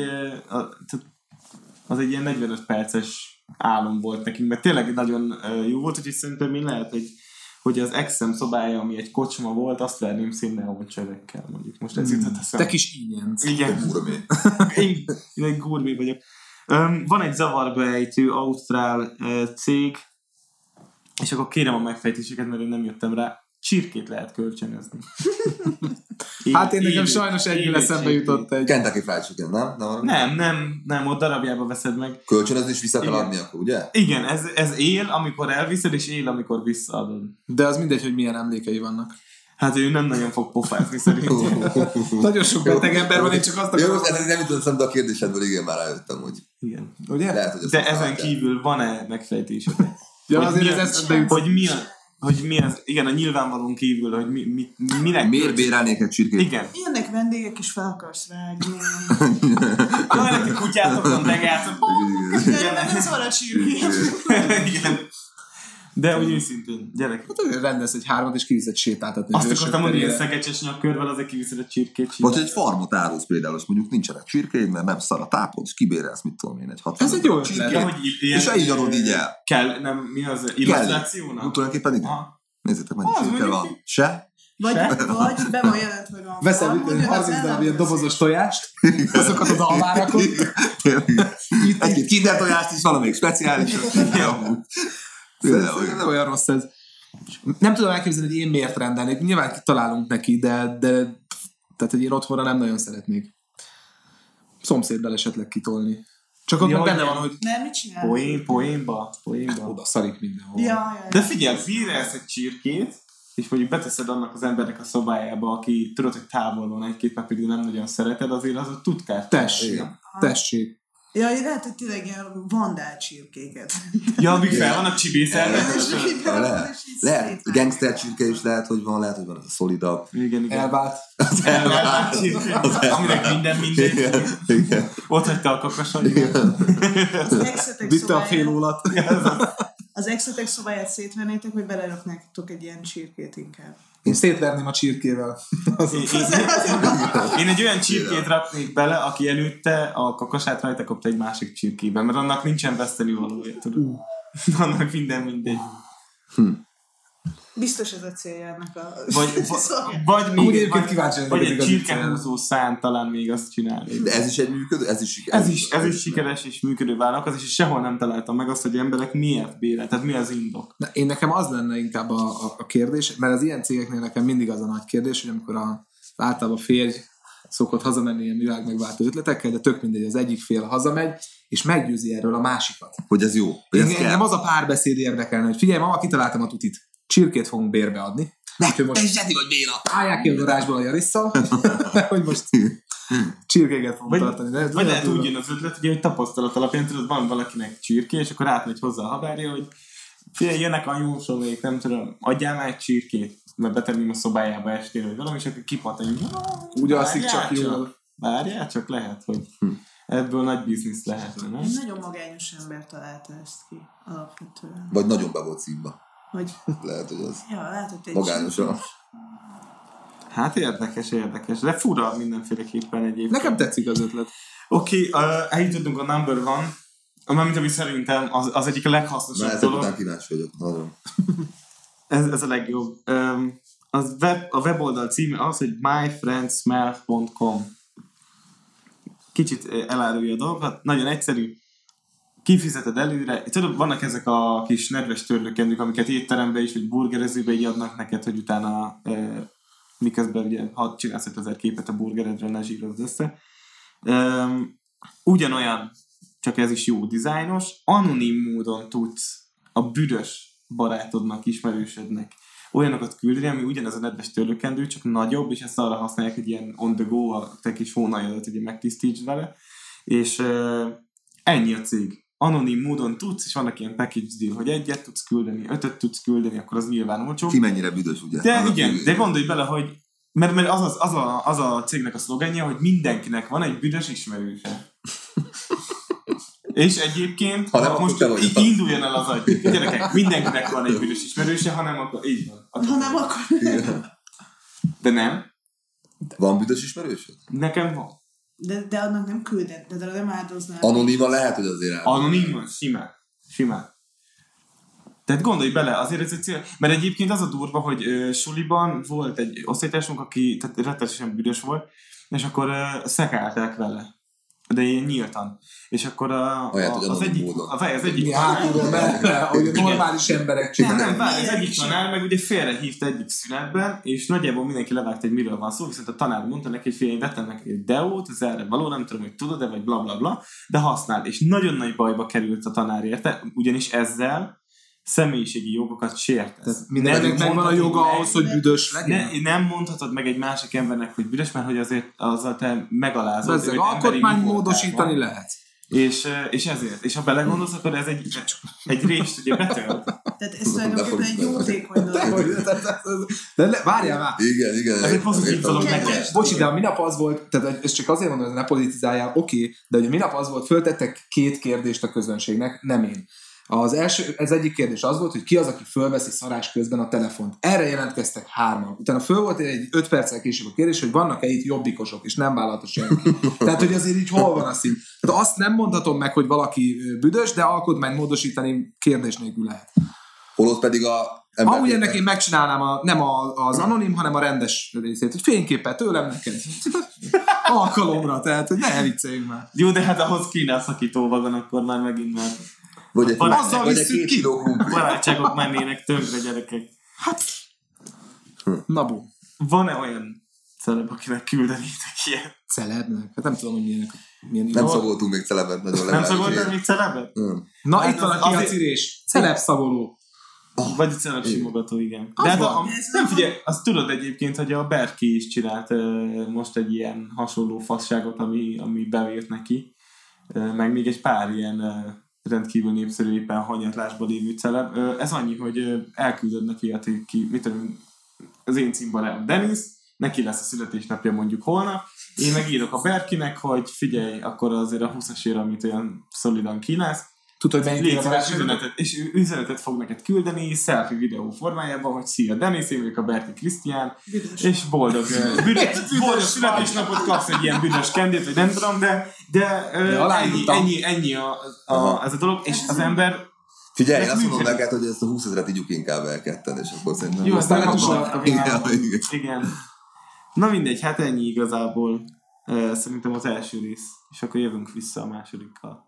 Az egy ilyen 45 perces álom volt nekünk, mert tényleg nagyon jó volt, úgyhogy szerintem én lehet, hogy az exem szobája, ami egy kocsma volt, azt verném színneon csövekkel, mondjuk. Most ez jutott eszembe. Te kis ínyenc. Igen. Gurmé. Én egy gurmé vagyok. Van egy zavarba ejtő ausztrál cég, és akkor kérem a megfejtéseket, mert én nem jöttem rá. csirkét lehet kölcsönözni. Hát én nekem sajnos egyből eszembe jutott egy... Kentucky Fried Chicken, Nem, ott darabjába veszed meg. Kölcsönözni is vissza kell adni akkor, ugye? Igen, ez él, amikor elviszed, és él, amikor visszaadod. De az mindegy, hogy milyen emlékei vannak. Hát ő nem nagyon fog pofázni szerintem. Nagyon sok beteg ember van, én csak azt akarom. Jó, ez nem jutott eszembe a kérdésedből, igen, már rájöttem, hogy... Igen. Ugye? Lehet, hogy de ezen kívül van-e megfejtésed? Ja, azért ez eszembe jutott. Hogy mi az, igen, a nyilvánvalón kívül, hogy minek... Miért bérelnék egy csirkét? Igen. Ilyenek vendégek is fel akarsz vágni. Jaj, neki kutyátokon megálltok. Nem szól a csirkét. Igen. De úgy őszintén, gyerek. Hát rendez egy 3-at és kiviszed sétáltatni. Azt akartam mondani, hogy ilyen szegecses nyakkörvel azért kiviszed a csirkét. Vagy egy farmot árulsz például, azt mondjuk nincsenek csirkéid, mert nem szar a tápod, és kibérelsz, mit tudom én, egy 60. Ez egy jó ötlet. Ja, és így adod így el. Kell, nem, mi az illusztrációnak? Tulajdonképpen igen. Nézzétek, mennyi csirke van. Se? Vagy be van jelent, hogy van. Veszel 30 darab ilyen dobozos tojást, azokat az alvárakon. Egy-két kinder tojást is, valamelyik speciális. Nem olyan rossz ez. Nem tudom elképzelni, hogy én miért rendelnék. Nyilván kitalálunk neki, de tehát, hogy én otthonra nem nagyon szeretnék. Szomszéddal esetleg kitolni. Csak ott benne van, hogy... Nem, mit csinál? Poénba. Oda szarik mindenhol. Ja. De figyelj, bírálsz egy csirkét, és mondjuk beteszed annak az embernek a szobájába, aki tudod, hogy távol van egy-két napig, de nem nagyon szereted, azért az a tutkát. Tessék. Ja, lehet, hogy tényleg ilyen vandál csirkéket. Ja, amíg fel vannak csibészelve. Lehet, gangster csirke is lehet, hogy van a szolidabb. Igen. Elvált csirke, aminek minden mindegy. Ott hagyta a kakasat. Vitte a fél ólat. Az exetek szobáját szétvennétek, vagy beleraknátok egy ilyen csirkét inkább? Én szétverném a csirkével. Én egy olyan csirkét raknék bele, aki előtte a kakasát rajta kapta egy másik csirkében, mert annak nincsen vesztenivalója, tudod. Annak minden mindegy. Biztos ez a célja ennek a... Vagy egy csirkehúzó szán talán még azt csinálni. De ez is egy működő? Ez is sikeres és működő vállalkozás, és sehol nem találtam meg azt, hogy emberek miért bérel, tehát mi az indok. Én nekem az lenne inkább a kérdés, mert az ilyen cégeknél nekem mindig az a nagy kérdés, hogy amikor általában férj szokott hazamenni ilyen világmegváltó ötletekkel, de tök mindegy, az egyik fél hazamegy, és meggyőzi erről a másikat. Hogy ez jó. Engem az a párbeszéd érdekelne, hogy figyelj, mama, kitaláltam a tutit. Csirkét fogunk bérbe adni. Te is Zseti vagy Béla! Állják ki a garázsból a Jarisszal, hogy most csirkéket fogunk tartani. Vagy lehet úgy jön az ötlet, hogy tapasztalat alapján tudod, van valakinek csirké, és akkor átmegy hozzá a haverja, hogy figyelj, jönnek a jósóvék, nem tudom, adjál már egy csirkét, mert betenném a szobájába estére, vagy valami, és akkor kipattan, úgy alszik csak jól. Várjál, csak lehet, hogy ebből nagy biznisz lehet. Nem? Egy nagyon magányos ember találta ezt ki alapvetően. Vagy nagyon be volt szívva. Lehet, hogy az egy magányosan. Hát érdekes, de fura mindenféleképpen egyébként. Nekem tetszik az ötlet. Oké, eljutottunk a number one, amit ami szerintem az egyik a leghasznosabb dolog. Ezek után kíváncsi vagyok, nagyon. Ez a legjobb. A weboldal címe az, hogy myfriendsmell.com. Kicsit elárulja a dolgokat, nagyon egyszerű. Kifizeted előre. Tudod, vannak ezek a kis nedves törlőkendők, amiket étterembe is, vagy burgerezőbe így adnak neked, hogy utána miközben ugye, ha csinálsz 5000 képet a burgeredről, ne zsírozd össze. Ugyanolyan, csak ez is jó dizájnos, anonim módon tudsz a büdös barátodnak, ismerősödnek olyanokat küldeni, ami ugyanaz a nedves törlőkendő, csak nagyobb, és ezt arra használják, hogy ilyen on the go, a te kis hónaljadat ugye megtisztítsd vele, és ennyi a cég. Anonim módon tudsz, és vannak ilyen package deal, hogy egyet tudsz küldeni, 5-öt tudsz küldeni, akkor az nyilván olcsó. Ki mennyire büdös, ugye? De igen, de gondolj bele, hogy mert az a cégnek a szlogenje, hogy mindenkinek van egy büdös ismerőse. És egyébként, ha most induljon el az agy. Gyerekek, mindenkinek van egy büdös ismerőse, hanem akkor így van. Hanem akkor... De nem. Van büdös ismerősöd? Nekem van. De annak nem küldett, de nem áldoznál. Anonima lehet, hogy azért áldoznál. Anonima? Simán. Tehát gondolj bele, azért ez egy cél. Mert egyébként az a durva, hogy suliban volt egy osztálytársunk, aki tehát rettenetesen büdös volt, és akkor szekálták vele. de ilyen nyíltan. És akkor az egyik hátulról mellett, ahogy a normális emberek csinálják. Az egyik tanár meg ugye félrehívta egyik szünetben, és nagyjából mindenki levágta, hogy miről van szó, viszont a tanár mondta neki, hogy én vettem neki egy deót, az erre való, nem tudom, hogy tudod-e, vagy blablabla, bla, bla, de használd. És nagyon nagy bajba került a tanár érte, ugyanis ezzel személyiségi jogokat sértesz. Mindenkinek megvan a joga ahhoz, hogy büdös legyen? Nem mondhatod meg egy másik embernek, hogy büdös, mert hogy azért azzal te megalázod. Ezek alkotmány módosítani lehet. És ezért. És ha belegondolsz, akkor ez egy részt ugye betölt. Tehát ez tulajdonképpen egy jótékony dolog. De várjál már! Igen. Ez egy pozitív dolog neked. Bocsi, de a minap az volt, tehát ez csak azért mondom, hogy ne politizáljál, oké, de ugye minap az volt, föltettek 2 kérdést a közönségnek, nem én. Az első, ez egyik kérdés az volt, hogy ki az, aki fölveszi szarás közben a telefont. Erre jelentkeztek 3-an. Utána föl volt egy 5 perccel később a kérdés, hogy vannak-e itt jobbikosok, és nem vállalta senki. Tehát, hogy azért így hol van a szín. Tehát azt nem mondhatom meg, hogy valaki büdös, de alkotmányt módosítani kérdés nélkül lehet. Holott pedig amúgy ennek én megcsinálnám nem az anonim, hanem a rendes részét, hogy fényképpel tőlem neked. Alkalomra, tehát, hogy ne vicceljünk már. Jó, de hát ahhoz kéne a szakítóvagon, akkor már megint már... Vagy egy 2 kiló krumpli. Barátságok mennének tönkre, gyerekek. Hát, nabu. Van-e olyan celeb, akinek küldenétek ilyet? Celebnek? Hát nem tudom, hogy milyen nem szagoltunk még celebet. Nem szagoltál még celebet? Na, hát itt van a kiacirés. Celeb szagoló. Vagy a celeb simogató, igen. De hát nem figyelj, azt tudod egyébként, hogy a Berki is csinált most egy ilyen hasonló fasságot, ami bevírt neki. Meg még egy pár ilyen rendkívül népszerű, éppen hanyatlásban lévő celeb. Ez annyi, hogy elküldöd neki mit tudom, az én címbarám Dennis, neki lesz a születésnapja mondjuk holnap, én megírok a Berkinek, hogy figyelj, akkor azért a 20-as ér, amit olyan szolidan kínálsz, tudod, hogy melyik és üzenetet fog neked küldeni selfie videó formájában, hogy szia Dennis, én vagyok a Berki Krisztián, és boldog születésnapot kapsz egy ilyen büdös kendét, vagy nem tudom, de ennyi ez a dolog, és az ember... Figyelj, én azt mondom neked, hogy ezt a 20 000-et ígyuk inkább el ketten, és akkor szerintem... Jó, aztán letusoltam. Igen. Na mindegy, hát ennyi igazából szerintem az első rész, és akkor jövünk vissza a másodikkal.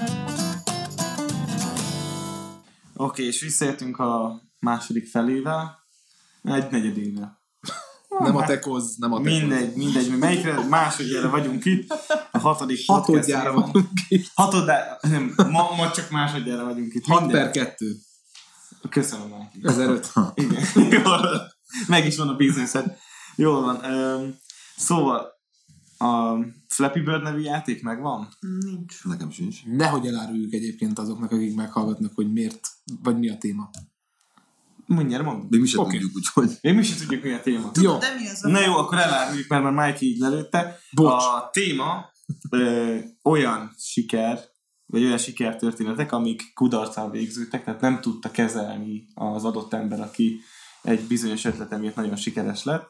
Oké, és visszaértünk a második felével, egy negyedével. Nem a tekoz, nem a tekoz. Mindegy, melyikre másodjára vagyunk itt, a 6. Hatodjára vagyunk itt. Ma csak másodjára vagyunk itt. 6/2. Köszönöm neki. 1005. Igen, jól, meg is van a bizniszed. Jól van. Szóval a Flappy Bird nevű játék megvan? Nincs. Nekem sincs. Nehogy eláruljuk egyébként azoknak, akik meghallgatnak, hogy miért, vagy mi a téma. Mindjárt mondom. Még mi sem tudjuk, úgyhogy. Még mi sem tudjuk, mi a téma. Jó. De mi az Na jó, akkor eláruljuk, mert már Mike így lelőtte. Bocs. A téma olyan siker, vagy olyan sikertörténetek, amik kudarccal végződtek, tehát nem tudta kezelni az adott ember, aki egy bizonyos ötlete miatt nagyon sikeres lett.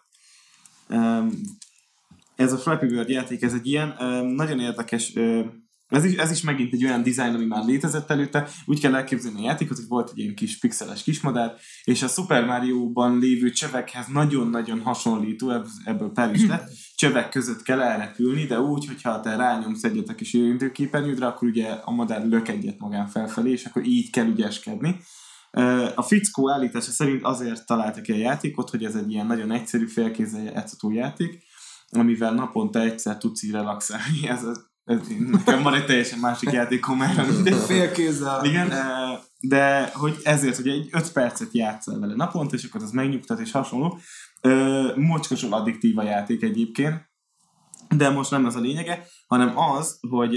Ez a Flappy Bird játék, ez egy ilyen nagyon érdekes, ez is megint egy olyan dizájn, ami már létezett előtte. Úgy kell elképzelni a játékot, hogy volt egy ilyen kis pixeles kismadár, és a Super Mario-ban lévő csövekhez nagyon-nagyon hasonlító, ebből per is lett, csövek között kell elrepülni, de úgy, hogyha te rányomsz egyet a kis érintőképernyődre, akkor ugye a madár lök egyet magán felfelé, és akkor így kell ügyeskedni. A fickó állítása szerint azért találtak ki a játékot, hogy ez egy ilyen nagyon egyszerű félkézzel játszható játék, amivel naponta egyszer tudsz így relaxálni. Nekem van egy teljesen másik játékom erre. Félkézzel. Igen, de hogy ezért, hogy egy 5 percet játszol vele naponta, és akkor az megnyugtat és hasonló. Mocskosul addiktív a játék egyébként, de most nem ez a lényege, hanem az, hogy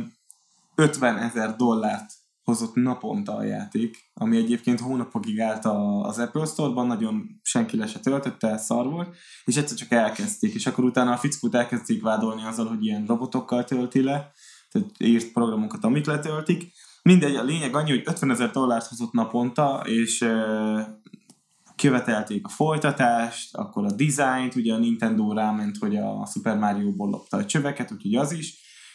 $50,000 hozott naponta a játék, ami egyébként hónapokig állt az Apple Store-ban, nagyon senki le se töltötte, szar volt, és egyszer csak elkezdték, és akkor utána a fickót elkezdték vádolni azzal, hogy ilyen robotokkal tölti le, tehát írt programokat, amik letöltik. Mindegy, a lényeg annyi, hogy $50,000 hozott naponta, és követelték a folytatást, akkor a dizájnt, ugye a Nintendo ráment, hogy a Super Mario-ból lopta a csöveket, úgyhogy az is.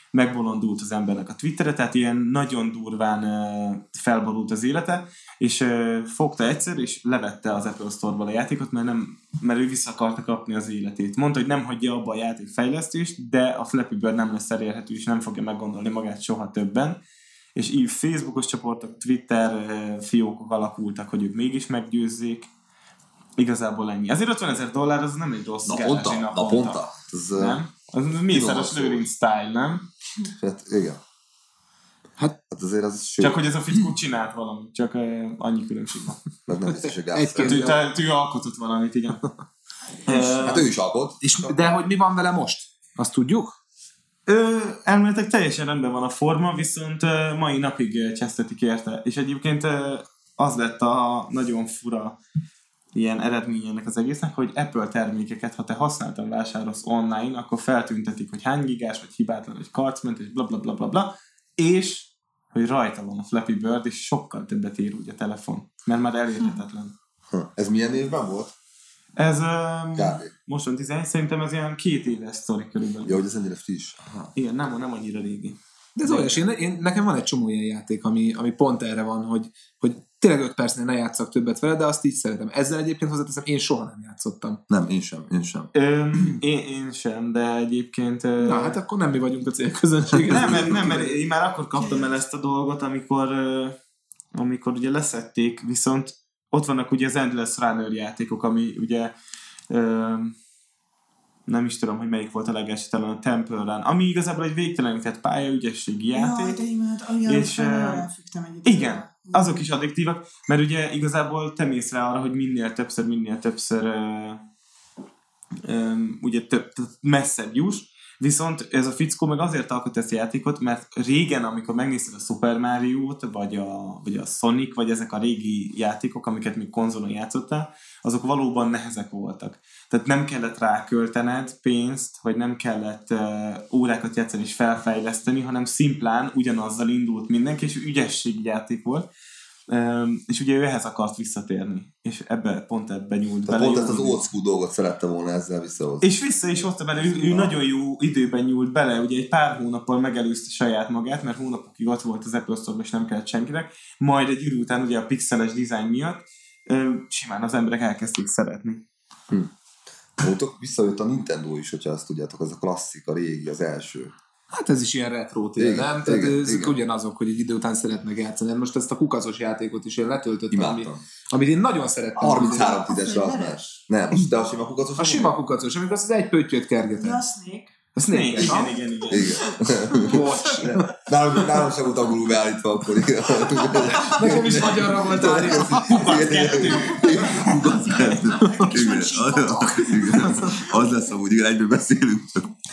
megbolondult az embernek a Twittere, tehát ilyen nagyon durván felborult az élete, és fogta egyszer, és levette az Apple Store-ból a játékot, mert ő vissza akarta kapni az életét. Mondta, hogy nem hagyja abba a játékfejlesztést, de a Flappy Bird nem lesz elérhető, és nem fogja meggondolni magát soha többen. És így Facebookos csoportok, Twitter fiókok alakultak, hogy ők mégis meggyőzzék. Igazából ennyi. Azért $50,000 az nem egy rossz naponta. Nem? Az Mészáros Lőrinc style, nem? Hát igen. Hát azért az csak hogy ez a fickó csinált valamit, csak annyi különbség van. Meg nem biztos, hogy gáz. Ő alkotott valamit, igen. Hát ő is alkot. De hogy mi van vele most? Azt tudjuk? Elméletileg teljesen rendben van a forma, viszont mai napig csesztetik érte. És egyébként az lett a nagyon fura ilyen eredményének az egésznek, hogy Apple termékeket, ha te használtan vásárolsz online, akkor feltüntetik, hogy hány gigás, vagy hibátlan, vagy karcment, és blablabla, és hogy rajta van a Flappy Bird, és sokkal többet ér úgy a telefon, mert már elérhetetlen. Ez milyen évben volt? Ez most van 11, szerintem ez ilyen 2 éves sztori körülbelül. Jó, hogy ez ennyire friss. Igen, nem annyira régi. De ez olyas, nekem van egy csomó ilyen játék, ami pont erre van, hogy tényleg 5 percnél ne játsszak többet vele, de azt így szeretem. Ezzel egyébként hozzáteszem, én soha nem játszottam. Nem, én sem. Én sem, de egyébként... Na, hát akkor nem mi vagyunk a célközönség. Nem, mert én már akkor kaptam el ezt a dolgot, amikor ugye leszették, viszont ott vannak ugye az Endless Runner játékok, ami ugye nem is tudom, hogy melyik volt a legelső, talán a Temple Run, ami igazából egy végtelenített pályaügyességi játék. És igen, azok is addiktívak, mert ugye igazából te mész rá arra, hogy minél többször ugye messzebb juss, viszont ez a fickó meg azért alkot ezt a játékot, mert régen, amikor megnézted a Super Mario-t, vagy a Sonic, vagy ezek a régi játékok, amiket még konzolon játszottál, azok valóban nehezek voltak. Tehát nem kellett ráköltened pénzt, vagy nem kellett órákat játszani és felfejleszteni, hanem szimplán ugyanazzal indult mindenki, és ügyességi játék volt. És ugye ő ehhez akart visszatérni, és pont ebbe nyúlt bele. Pont ezt az old school dolgot szerette volna ezzel visszahozni. És vissza is hozta bele, ő nagyon jó időben nyúlt bele, ugye egy pár hónappal megelőzte saját magát, mert hónapokig ott volt az Apple Store-ban, és nem kellett senkinek, majd egy idő után ugye a pixeles dizájn miatt simán az emberek elkezdték szeretni. Voltok, visszajött a Nintendo is, hogyha azt tudjátok, az a klasszik, a régi, az első. Hát ez is ilyen retro tél, nem? Tehát ezek ugyanazok, hogy egy idő után szeretnek játszani. Most ezt a kukacos játékot is én letöltöttem, amit én nagyon szerettem. 33 tízesre az más. Nem, de a sima kukacos? A sima kukacos, amikor az egy pöttyöt kergetem. Ja, a Snake. A Snake, igen. Bocs. Nálam sem volt angolul beállítva akkor. Nekem is magyarra volt állítva. Kukac 2. Az lesz amúgy, igen, egyből beszélünk.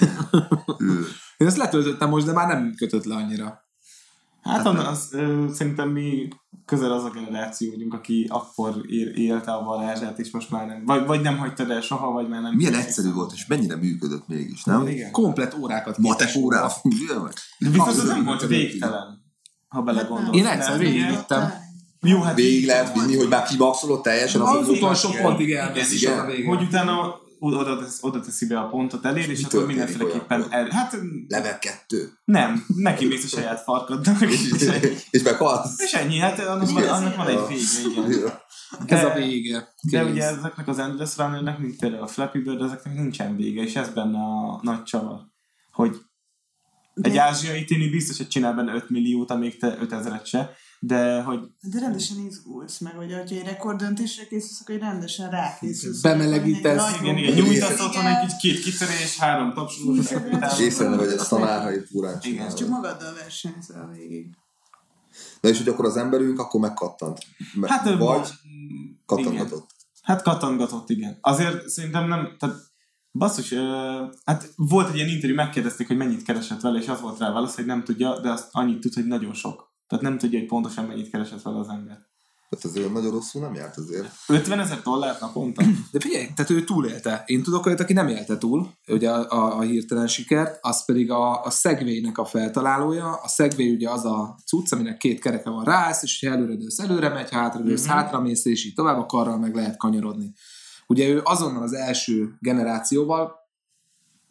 Én ezt letöltöttem most, de már nem kötött le annyira. Hát szerintem mi közel az a generáció vagyunk, aki akkor élte a varázsát, és most már nem. Vagy nem hagytad el soha, vagy már nem. Milyen egyszerű volt, és mennyire működött mégis, nem? Igen. Komplet órákat. Matek órá. Viszont az nem volt végtelen, ha belegondolsz. Én egyszer végigvittem. Jó, hát végig lehet vinni, hogy már kimaxolod teljesen az utolsó pontig elmész. Hogy utána oda teszi be a pontot elér, és akkor mindenféleképpen hát level 2. Nem, neki mész a saját farkadnak. És meghalsz. És ennyi, hát annak van egy vége, igen. Ez a vége. De ugye ezeknek az Endless Runnernek, mint például a Flappy Bird, ezeknek nincsen vége, és ez benne a nagy csavar, hogy egy ázsiai tini biztos, hogy csinál benne 5 milliót, amíg te 5000-et se, de hogy... De rendesen izgulsz meg, hogy egy rekorddöntésre készülsz, hogy rendesen rákészülsz. Bemelegítesz. Igen, nyújtasz otthon egy kis kitörés, 3 tapsolós. És észrevenne, hogy egy tanárhai furán csinál. Csak magaddal versenyzel végig. Na és hogy akkor az emberünk akkor megkattant. Hát vagy kattangatott. Hát kattangatott, igen. Azért szerintem nem, tehát basszus, hát volt egy ilyen interjú, megkérdezték, hogy mennyit keresett vele, és az volt rá válasz, hogy nem tudja, de azt annyit tud, hogy nagyon sok. Tehát nem tudja, hogy pontosan mennyit keresett vele az ember. Hát azért nagyon rosszul nem járt azért. $50,000 naponta? De figyelj, tehát ő túlélte. Én tudok olyat, aki nem élte túl, ugye a hirtelen sikert, az pedig a Segway-nek a feltalálója. A Segway ugye az a cucc, aminek 2 kereke van, ráállsz, és ha előredősz, előre megy, hátradősz, hátramész, és így tovább, a karral meg lehet kanyarodni. Ugye ő azonnal az első generációval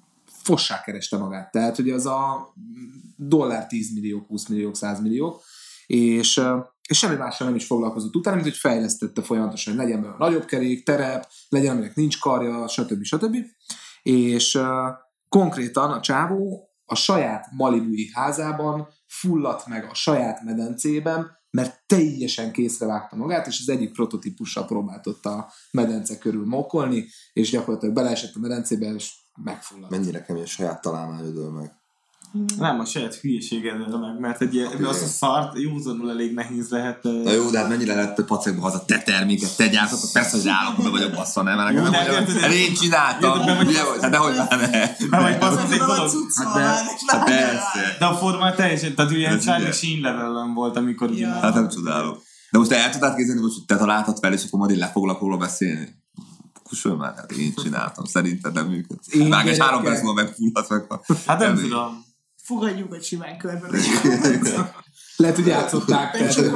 fossá kereste magát. Tehát ugye az a dollár 10 millió, 20 millió, 100 millió, és semmi mással nem is foglalkozott utána, mint hogy fejlesztette folyamatosan, hogy legyen belőle nagyobb kerék, terep, legyen, aminek nincs karja, stb. És konkrétan a csávó a saját malibui házában fulladt meg a saját medencében, mert teljesen készre vágta magát, és az egyik prototípussal próbáltott a medence körül mokkolni, és gyakorlatilag beleesett a medencébe, és megfulladt. Mennyire kemény, a saját találmány ödöl meg. Nem, a saját hülyeségedre meg, mert egy ilyen, az a szart józanul elég nehéz lehet. Na jó, de hát mennyire lehet pacekba haza, te terméket, te gyártottad, persze, hogy állok, oda vagyok bassza, nem? Hát én csináltam. Hát dehogy már ne. Vagy bassza, egy dolog. Hát persze. De a formál teljesen, tehát ilyen Charlie Sheen levelem volt, amikor ugye. Hát nem csodálok. De most te el tudtad képzelni, hogy te találtad fel, és akkor majd én le foglak róla beszélni? Kussolj már, hát én csináltam, szerinted nem működik. Vág egy 3 perc múlva megfulladsz meg. Hát nem tudom. Fogadjuk, hogy simán körben. Lehet, hogy játszották.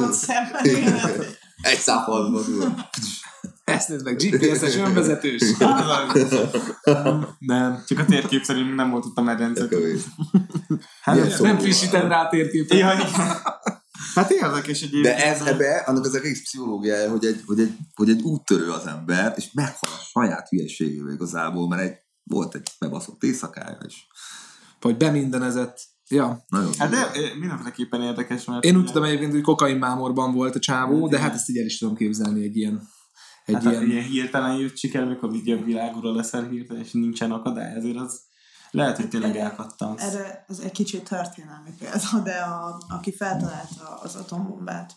Egy száfalban tudom. Ezt nézd meg, GPS-es önvezetős. Nem. Csak a térkép szerint nem volt ott a medence. Hát nem frissíted rá a térképet. Ja, hát érdekes egyébként. De ez ebbe, annak az egész pszichológiája, hogy egy úttörő az ember, és meghal a saját hülyeségével igazából, mert volt egy bebaszott éjszakája is. Vagy bemindenezett. Ja. Nagyon hát de mindenféleképpen érdekes, mert... Én úgy tudom egyébként, hogy kokainmámorban volt a csávó, de hát ezt így el is tudom képzelni egy ilyen... ilyen hirtelen jött siker, amikor így a világúra leszel hirtelen, és nincsen akadály, ezért az lehet, hogy tényleg elkattansz. Erre ez egy kicsit történelmi példa, de aki feltalálta az atombombát,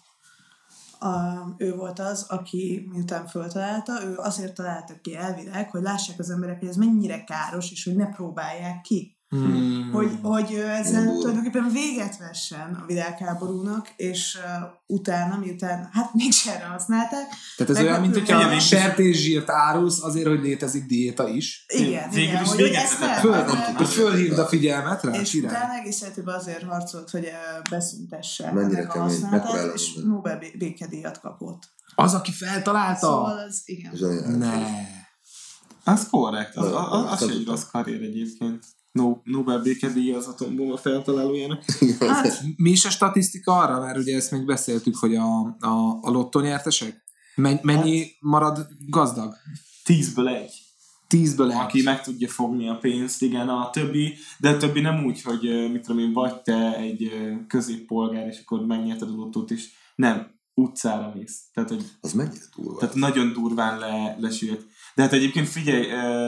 ő volt az, aki miután föltalálta, ő azért találta ki elvileg, hogy lássák az emberek, hogy ez mennyire káros, és hogy ne próbálják ki. Hogy ezzel tulajdonképpen véget vessen a világháborúnak, és utána, miután, hát mégsem erre használták. Tehát ez olyan, mint hogyha sertészsírt árulsz azért, hogy létezik diéta is. Igen, hogy ezt fölhívd a figyelmet rá. És utána egész életében azért harcolt, hogy beszüntesse mennyire a használatát, és Nobel békedíjat kapott. Az, aki feltalálta? Szóval az, igen. Ne. Az korrekt, az se egy rossz karrier egyébként. Nobel békedíj az atombomba feltalálójának. Hát, mi is a statisztika arra, mert ugye ezt még beszéltük, hogy a lottonyertesek mennyi marad gazdag? 10-ből 1. 10-ből 1. Aki meg tudja fogni a pénzt, igen, a többi, de a többi nem úgy, hogy mit tudom én, vagy te egy középpolgár, és akkor megnyerted a lottót is. Nem, utcára mész. Tehát, hogy, az mennyire durva. Tehát nagyon durván lesült. De hát egyébként figyelj,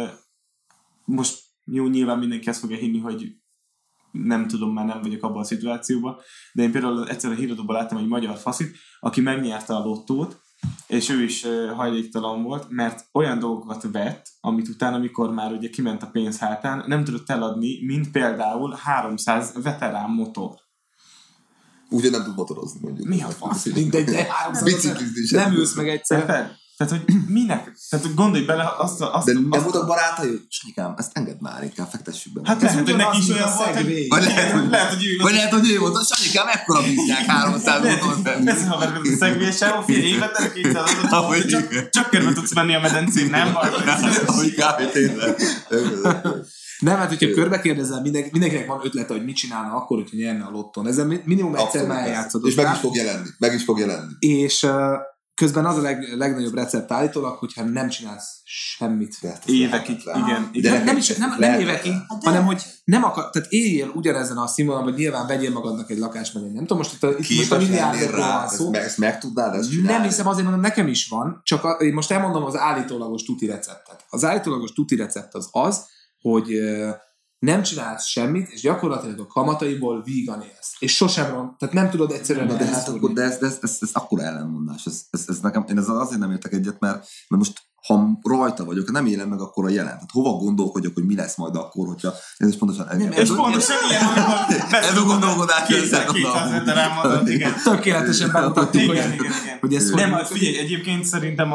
most jó, nyilván mindenki ezt fogja hinni, hogy nem tudom, már nem vagyok abban a szituációban, de én például egyszer a híradóban láttam egy magyar faszit, aki megnyerte a lottót, és ő is hajléktalan volt, mert olyan dolgokat vett, amit utána, amikor már ugye kiment a pénz hátán, nem tudott eladni, mint például 300 veterán motor. Úgyhogy nem tud motorozni, mondjuk. Mi a fasz? Mindegy, de 300 nem ülsz meg egyszer. Tehát, hogy minek? Tehát gondolj bele azt de nem voltak barátai, hogy Sanyikám, ezt engedd már, inkább fektessük be. Hát lehet, hogy neki is olyan volt, vagy lehet, hogy ő volt, Sanyikám, ekkora bíznyák 300 motor. Ez a vergő, a szegvés sem, évet el 200 csak körbe tudsz menni a medencén, nem? Ahogy kb. Tényleg. Nem, hát hogyha körbe kérdezel, mindenkinek van ötlete, hogy mit csinálna akkor, hogyha nyerne a lotton. Ezzel minimum egyszer már eljátszod. És meg is fog jelenni. És közben az a legnagyobb recept állítólag, hogyha nem csinálsz semmit. Évekig, igen. Nem évekig, hanem hogy nem akar, tehát éljél ugyanezen a színvonalon, hogy nyilván vegyél magadnak egy lakást, meg nem tudom, most itt a milliárdokról van szó. Ezt meg tudnád ezt csinálni? Nem hiszem, azért mondom, nekem is van, csak én most elmondom az állítólagos tuti receptet. Az állítólagos tuti recept az, hogy nem csinálsz semmit, és gyakorlatilag a kamataiból vígan élsz. És sosem tehát nem tudod egyszerűen elszúrni. De ez akkora ellenmondás. Ez nekem, én azért nem értek egyet, mert most ha rajta vagyok, nem élem meg akkor a jelen. Tehát hova gondolkodjak, hogy mi lesz majd akkor, hogyha ez is pontosan engem. És pontosan ilyen, ez a gondolkodás. 200 elmondott, igen. Tökéletesen bemutattuk, hogy ez nem, figyelj, egyébként szerintem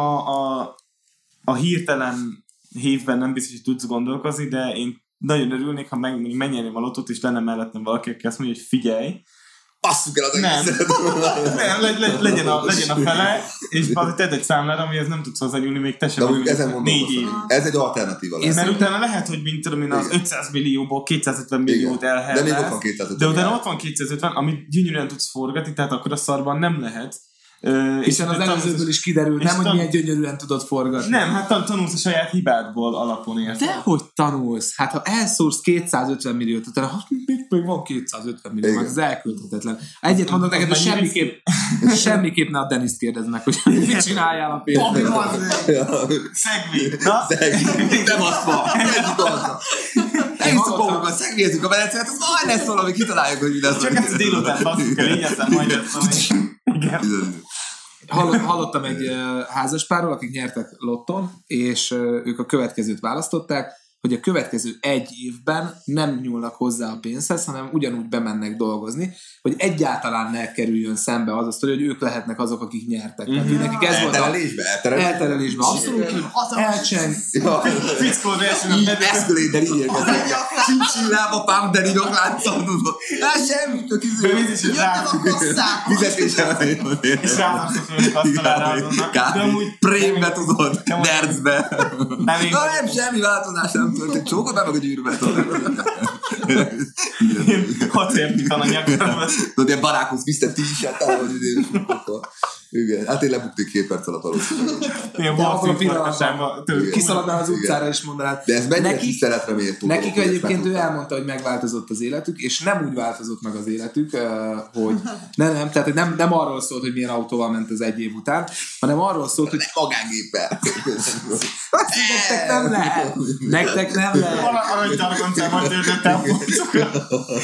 a hirtelen hévben nem biztos, hogy tudsz gondolkozni, de én nagyon örülnék, ha megnyerném a lottót, és lenne mellettem valaki, aki azt mondja, hogy figyelj, passzuk el az egészet. Nem, legyen a fele, és tedd egy számlára, amihez nem tudsz hozzányúlni, még te sem vagy 4 év. Ez egy alternatíva lesz. Mert utána lehet, hogy mint tudom én, az 500 millióból 250 milliót elhelsz. De még ott van 250. De utána ott van 250, amit gyönyörűen tudsz forgatni, tehát akkor a szarban nem lehet. Hiszen az előzőből is kiderült, nem, hogy milyen gyönyörűen tudod forgatni. Nem, hát tanulsz a saját hibádból alapon, érted? Dehogy tanulsz? Hát ha elszórsz 250 milliót, utána még van 250 millió, hát ez elkölthetetlen. Egyet mondok neked, hogy semmiképp ne a Deniszt kérdezd meg, hogy mit csináljál a pénzt. Szegvi! Na? Szegvi! Nem azt van! Elhisztük magunkat, szegvézzük a Venezuelát, az majd lesz valami, kitaláljuk, hogy mi lesz. Csak ezt a délután basszuk el, így aztán majd lesz valami. Igen. Hallottam egy házaspárról, akik nyertek lotton, és ők a következőt választották, hogy a következő 1 évben nem nyúlnak hozzá a pénzhez, hanem ugyanúgy bemennek dolgozni, hogy egyáltalán ne kerüljön szembe az a sztori, hogy ők lehetnek azok, akik nyertek. Tehát nekik ez volt elterelésbe. Abszolút. Elcseng. Fickó versenyt. Eszköléddel így érkezik. Csincsillába, pámdelinok látszom, tudod. Semmit, csak jöttem a kasszába. Fizetésem van. És ráhozta föl a kasztalára azonnak. Prémbe tudod, nercbe. Nem, semmi változás nem történt. Csókod be meg a gyűrűbe. Hat értik a nyakra. Tudod, ilyen barákhoz viszte t-shirt, hogy idén igen, hát én lebukték 2 perc alatt valószínűleg. Ilyen valószínű farkasába. Kiszaladnál az utcára és mondanád. De ez mennyire tiszteletre méltó. Nekik egyébként ő elmondta, hogy megváltozott az életük, és nem úgy változott meg az életük, hogy tehát nem arról szólt, hogy milyen autóval ment az 1 év után, hanem arról szólt, hogy magángéppel. Nektek nem lehet. Nektek nem lehet. Valahogy targoncában töltöttem pontokat.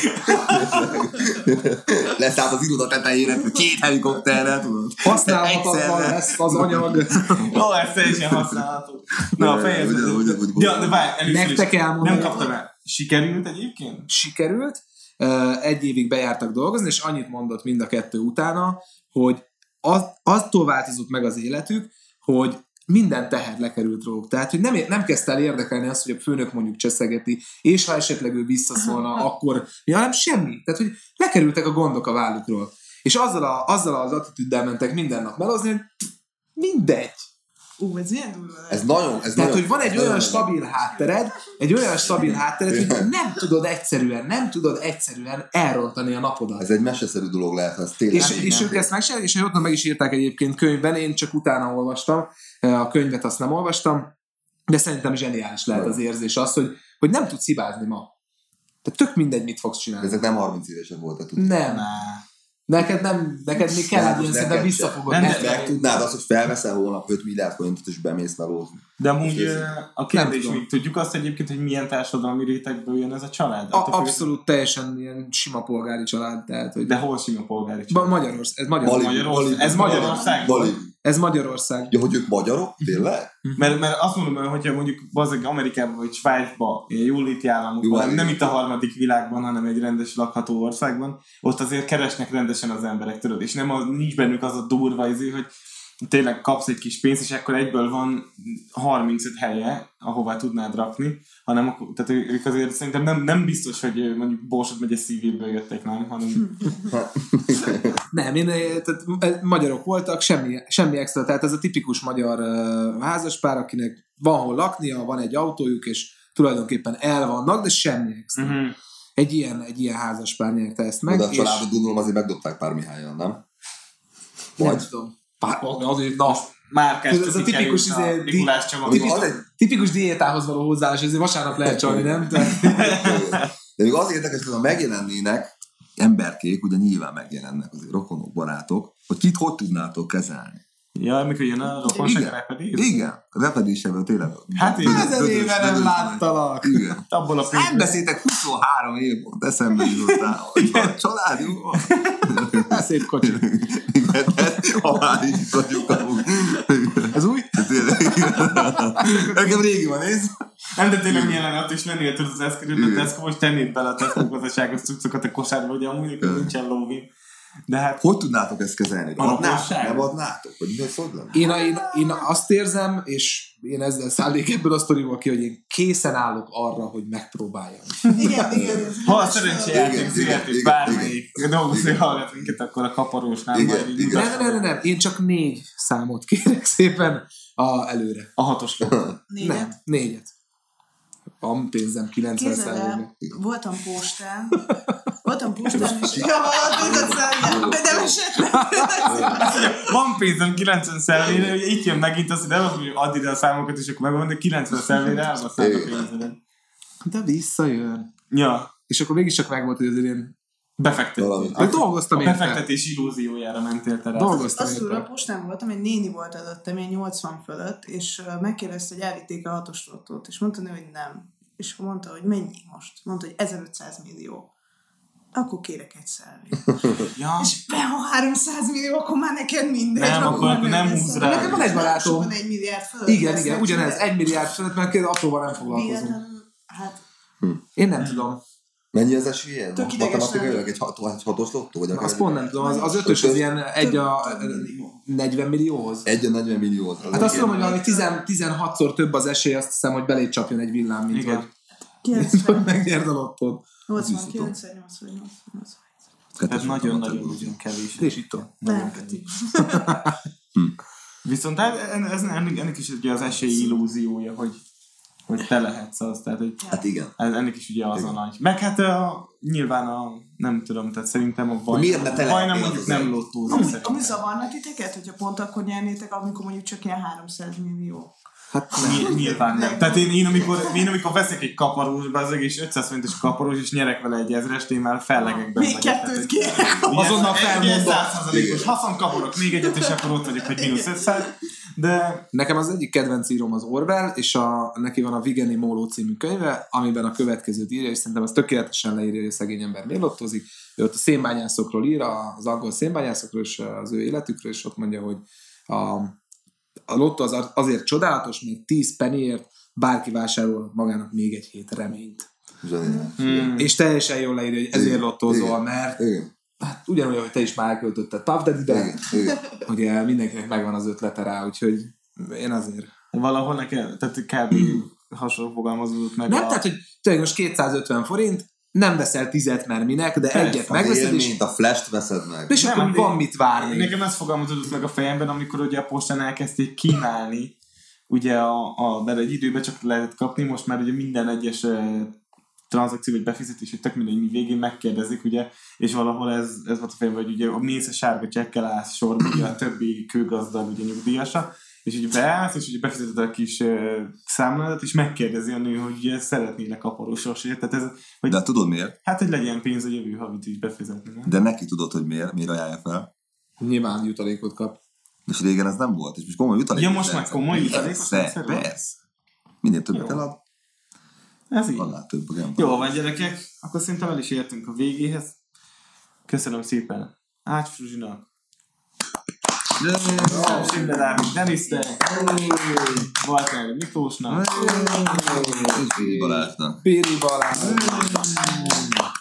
Leszállt az iroda tetejére 2 helikopterrel, tudod. Használhatatlan lesz az anyag. Ó, ez teljesen használható. Na, fejezzük. De várj, nektek elmondani. Nem kaptam el. Sikerült egyébként? Sikerült. 1 évig bejártak dolgozni, és annyit mondott mind a 2 utána, hogy attól változott meg az életük, hogy minden teher lekerült róluk. Tehát, hogy nem kezdte el érdekelni azt, hogy a főnök mondjuk cseszegeti, és ha esetleg ő visszaszólna, akkor nem semmi. Tehát, hogy lekerültek a gondok a vállukról. És azzal az attitűddel mentek minden nap melozni, hogy mindegy. Ez ilyen durva. Ez nagyon... Tehát, hogy van egy olyan stabil háttered, hogy nem tudod egyszerűen elrontani a napodat. Ez egy meseszerű dolog lehet, ez tényleg. És ők ezt megcsinálják, és ott meg is írták egyébként könyvben, én csak utána olvastam, a könyvet azt nem olvastam, de szerintem zseniális lehet az érzés az, hogy nem tudsz hibázni ma. Tehát tök mindegy, mit fogsz csinálni. Ezek nem 30 évesek voltak. Nem. Neked még kell egy ilyen, szerintem visszafogod. Meg tudnád azt, hogy felveszel holnap 5 milliárd forintot, és bemész melózni. De amúgy a kérdés még tudjuk azt egyébként, hogy milyen társadalmi rétegből jön ez a család? Abszolút teljesen ilyen sima polgári család. Tehát, hogy de hol sima polgári család? Magyarország. Ez Magyarország? Ez Magyarország. Ja, hogy ők magyarok? Tényleg? Mert azt mondom, hogyha mondjuk Amerikában vagy Svájcban, ilyen jóléti államokban, nem itt a 3. világban, hanem egy rendes lakható országban, ott azért keresnek rendesen az emberek, tudod, és nincs bennük az a durva hogy tényleg kapsz egy kis pénzt, és akkor egyből van 35 helye, ahová tudnád rakni, hanem tehát ők azért szerintem nem biztos, hogy mondjuk Borsod megye szívéből jöttek, nem? Hanem... nem, tehát magyarok voltak, semmi extra, tehát ez a tipikus magyar házaspár, akinek van hol laknia, van egy autójuk, és tulajdonképpen el vannak, de semmi extra. Uh-huh. Egy ilyen házaspár nyerte ezt meg. De a családot gondolom azért megdobták pár Mihályon, nem? Nem tudom. Azért, na, márkás, ez a tipikus diétához való hozzáállás, ezért vasárnap lehet csalni, nem? De még az érdekes, hogy ha megjelennének emberkék, ugye nyilván megjelennek azért rokonok, barátok, hogy kit hogy tudnátok kezelni. Ja, amikor jön a rokonság repedés? Igen, a repedéseből tényleg. Hát 1000 éve nem láttalak. Igen. Nem beszéltek 23 év, eszembe jutottál. A család jó van. Szép kocsi. Igen, de ha már így vagyunk amúgy. Ez új? Nekem régi van, nézd. Nem, de tényleg milyen lenne ott is lennél tudod az eszkörült, de Tesco most tennéd bele a Tesco gazdaságos cuccokat a kosárba, hogy amúgy nincsen lóvi. De hát... Hogy tudnátok ezt kezelni? Nem adnátok? Vagy mi ez Én azt érzem, és én ezzel szállnék ebből a sztoriból ki, hogy én készen állok arra, hogy megpróbáljam. Igen. Ha a szerencséjáték ZRT és bármelyik dolgozó hallgat minket, akkor a kaparósnál majd... Nem. Én csak 4 számot kérek szépen előre. A 6-os lottó. 4-et. Van pénzem 90%-ban. Voltam postán, és de esetleg. Van pénzem 90 szelvére, hogy itt jön megint az, hogy nem az, hogy add ide a számokat, és akkor megmondom, hogy 90 szelvére elbaszálok a pénzedet. De visszajön. Ja. És akkor mégis csak megvolt, hogy azért én dolgoztam érte. A befektetés illúziójára mentél te rá. Dolgoztam érte. Azt postán voltam, egy néni volt előttem, ilyen 80 fölött, és megkérdezte, hogy elvitték a 6-os lottót, és mondta, hogy nem. És mondta, hogy mennyi most? Mondta, hogy 1500 millió. Akkor kérek egy szelvét. Ja. És ha 300 millió, akkor már neked mindegy. Nem, akkor nem húz rá. Nekem van egy barátom. 1 milliárd fölött. Igen, ugyanez. 1 milliárd fölött, mert apróval nem foglalkozunk. Hát... Én nem tudom. Mennyi az esélye? Matematikailag egy 6-os lottó? Azt pont nem tudom. Az 5-ös az ilyen 1 a 40 millióhoz. 1 a 40 millióhoz. Hát azt tudom, hogy valami 16-szor több az esély, azt hiszem, hogy belé csapjon egy villám, mint hogy megnyerd a lottót. 89, 88. Tehát nagyon-nagyon kevés. És itt van. Nem, Viszont ennek is ugye az esély illúziója, hogy te lehetsz az, tehát hogy hát igen. Ennek is ugye az a nagy. Meg hát nyilván nem tudom, tehát szerintem a baj nem mondjuk nem lottózik. Ami zavarna titeket, hogyha pont akkor nyernétek, amikor mondjuk csak ilyen 300 millió? Hát nyilván nem. Tehát én amikor veszek egy kaparós, és 500 forintos kaparós, és nyerek vele egy 1000-est, én már fellegekben még vagyok. Még 2-t kérek. Azonnal felmondom. 100%-os haszon kaparok még egyet, és akkor ott vagyok, hogy mínusz 500. De... Nekem az egyik kedvenc írom az Orwell, és neki van a Vigeni Móló című könyve, amiben a következőt írja, és szerintem az tökéletesen leírja, hogy a szegény ember miért lottozik. Ő ott a szénbányászokról ír, az angol szénbányászokról, és az ő életükről, és ott mondja, hogy a lottó az azért csodálatos, mert 10 pennyért bárki vásárol magának még egy hét reményt. És teljesen jól leírja, hogy ezért lottózol, mert hát ugyanúgy, hogy te is már elköltötted Puff Daddy-be, hogy mindenkinek megvan az ötlete rá, úgyhogy én azért... Valahol nekem, tehát kb. Hasonló fogalmazódott meg. Nem, tehát, hogy tényleg most 250 forint, nem veszel 10-et, mert minek, de egyet megveszed, és... Mint a Flash-t veszed meg. És akkor van mit várni. Nekem ez fogalmazódott meg a fejemben, amikor ugye a postán elkezdték kínálni, ugye mert egy időben csak lehetett kapni, most már ugye minden egyes tranzakció vagy befizetés, hogy tök mindegy, mi végén megkérdezik, ugye, és valahol ez volt a fejemben, hogy ugye a mész a sárga csekkel állsz sorba, ugye a többi kőgazdag, ugye nyugdíjasa, és ugye beállsz, és ugye befizeted a kis számládat, és megkérdezi a nő, hogy ugye szeretnének kaparósos, tehát ez... Hogy, de tudod miért? Hát, hogy legyen pénz a jövő havit is befizetni. Nem? De neki tudod, hogy miért ajánlja fel? Nyilván jutalékot kap. És régen ez nem volt, és most komoly jutalékot. Ja, most már komoly jutalékot. Persze. Minél többet elad. Ez így. Annál több a gamba. Jó van, gyerekek, akkor szerintem el is értünk a végéhez. Köszönöm szépen Ács Fruzsinak, Simle Dávid Denisnek, Walter Miklósnak, Péri Balázsnak. Péri Balázsnak.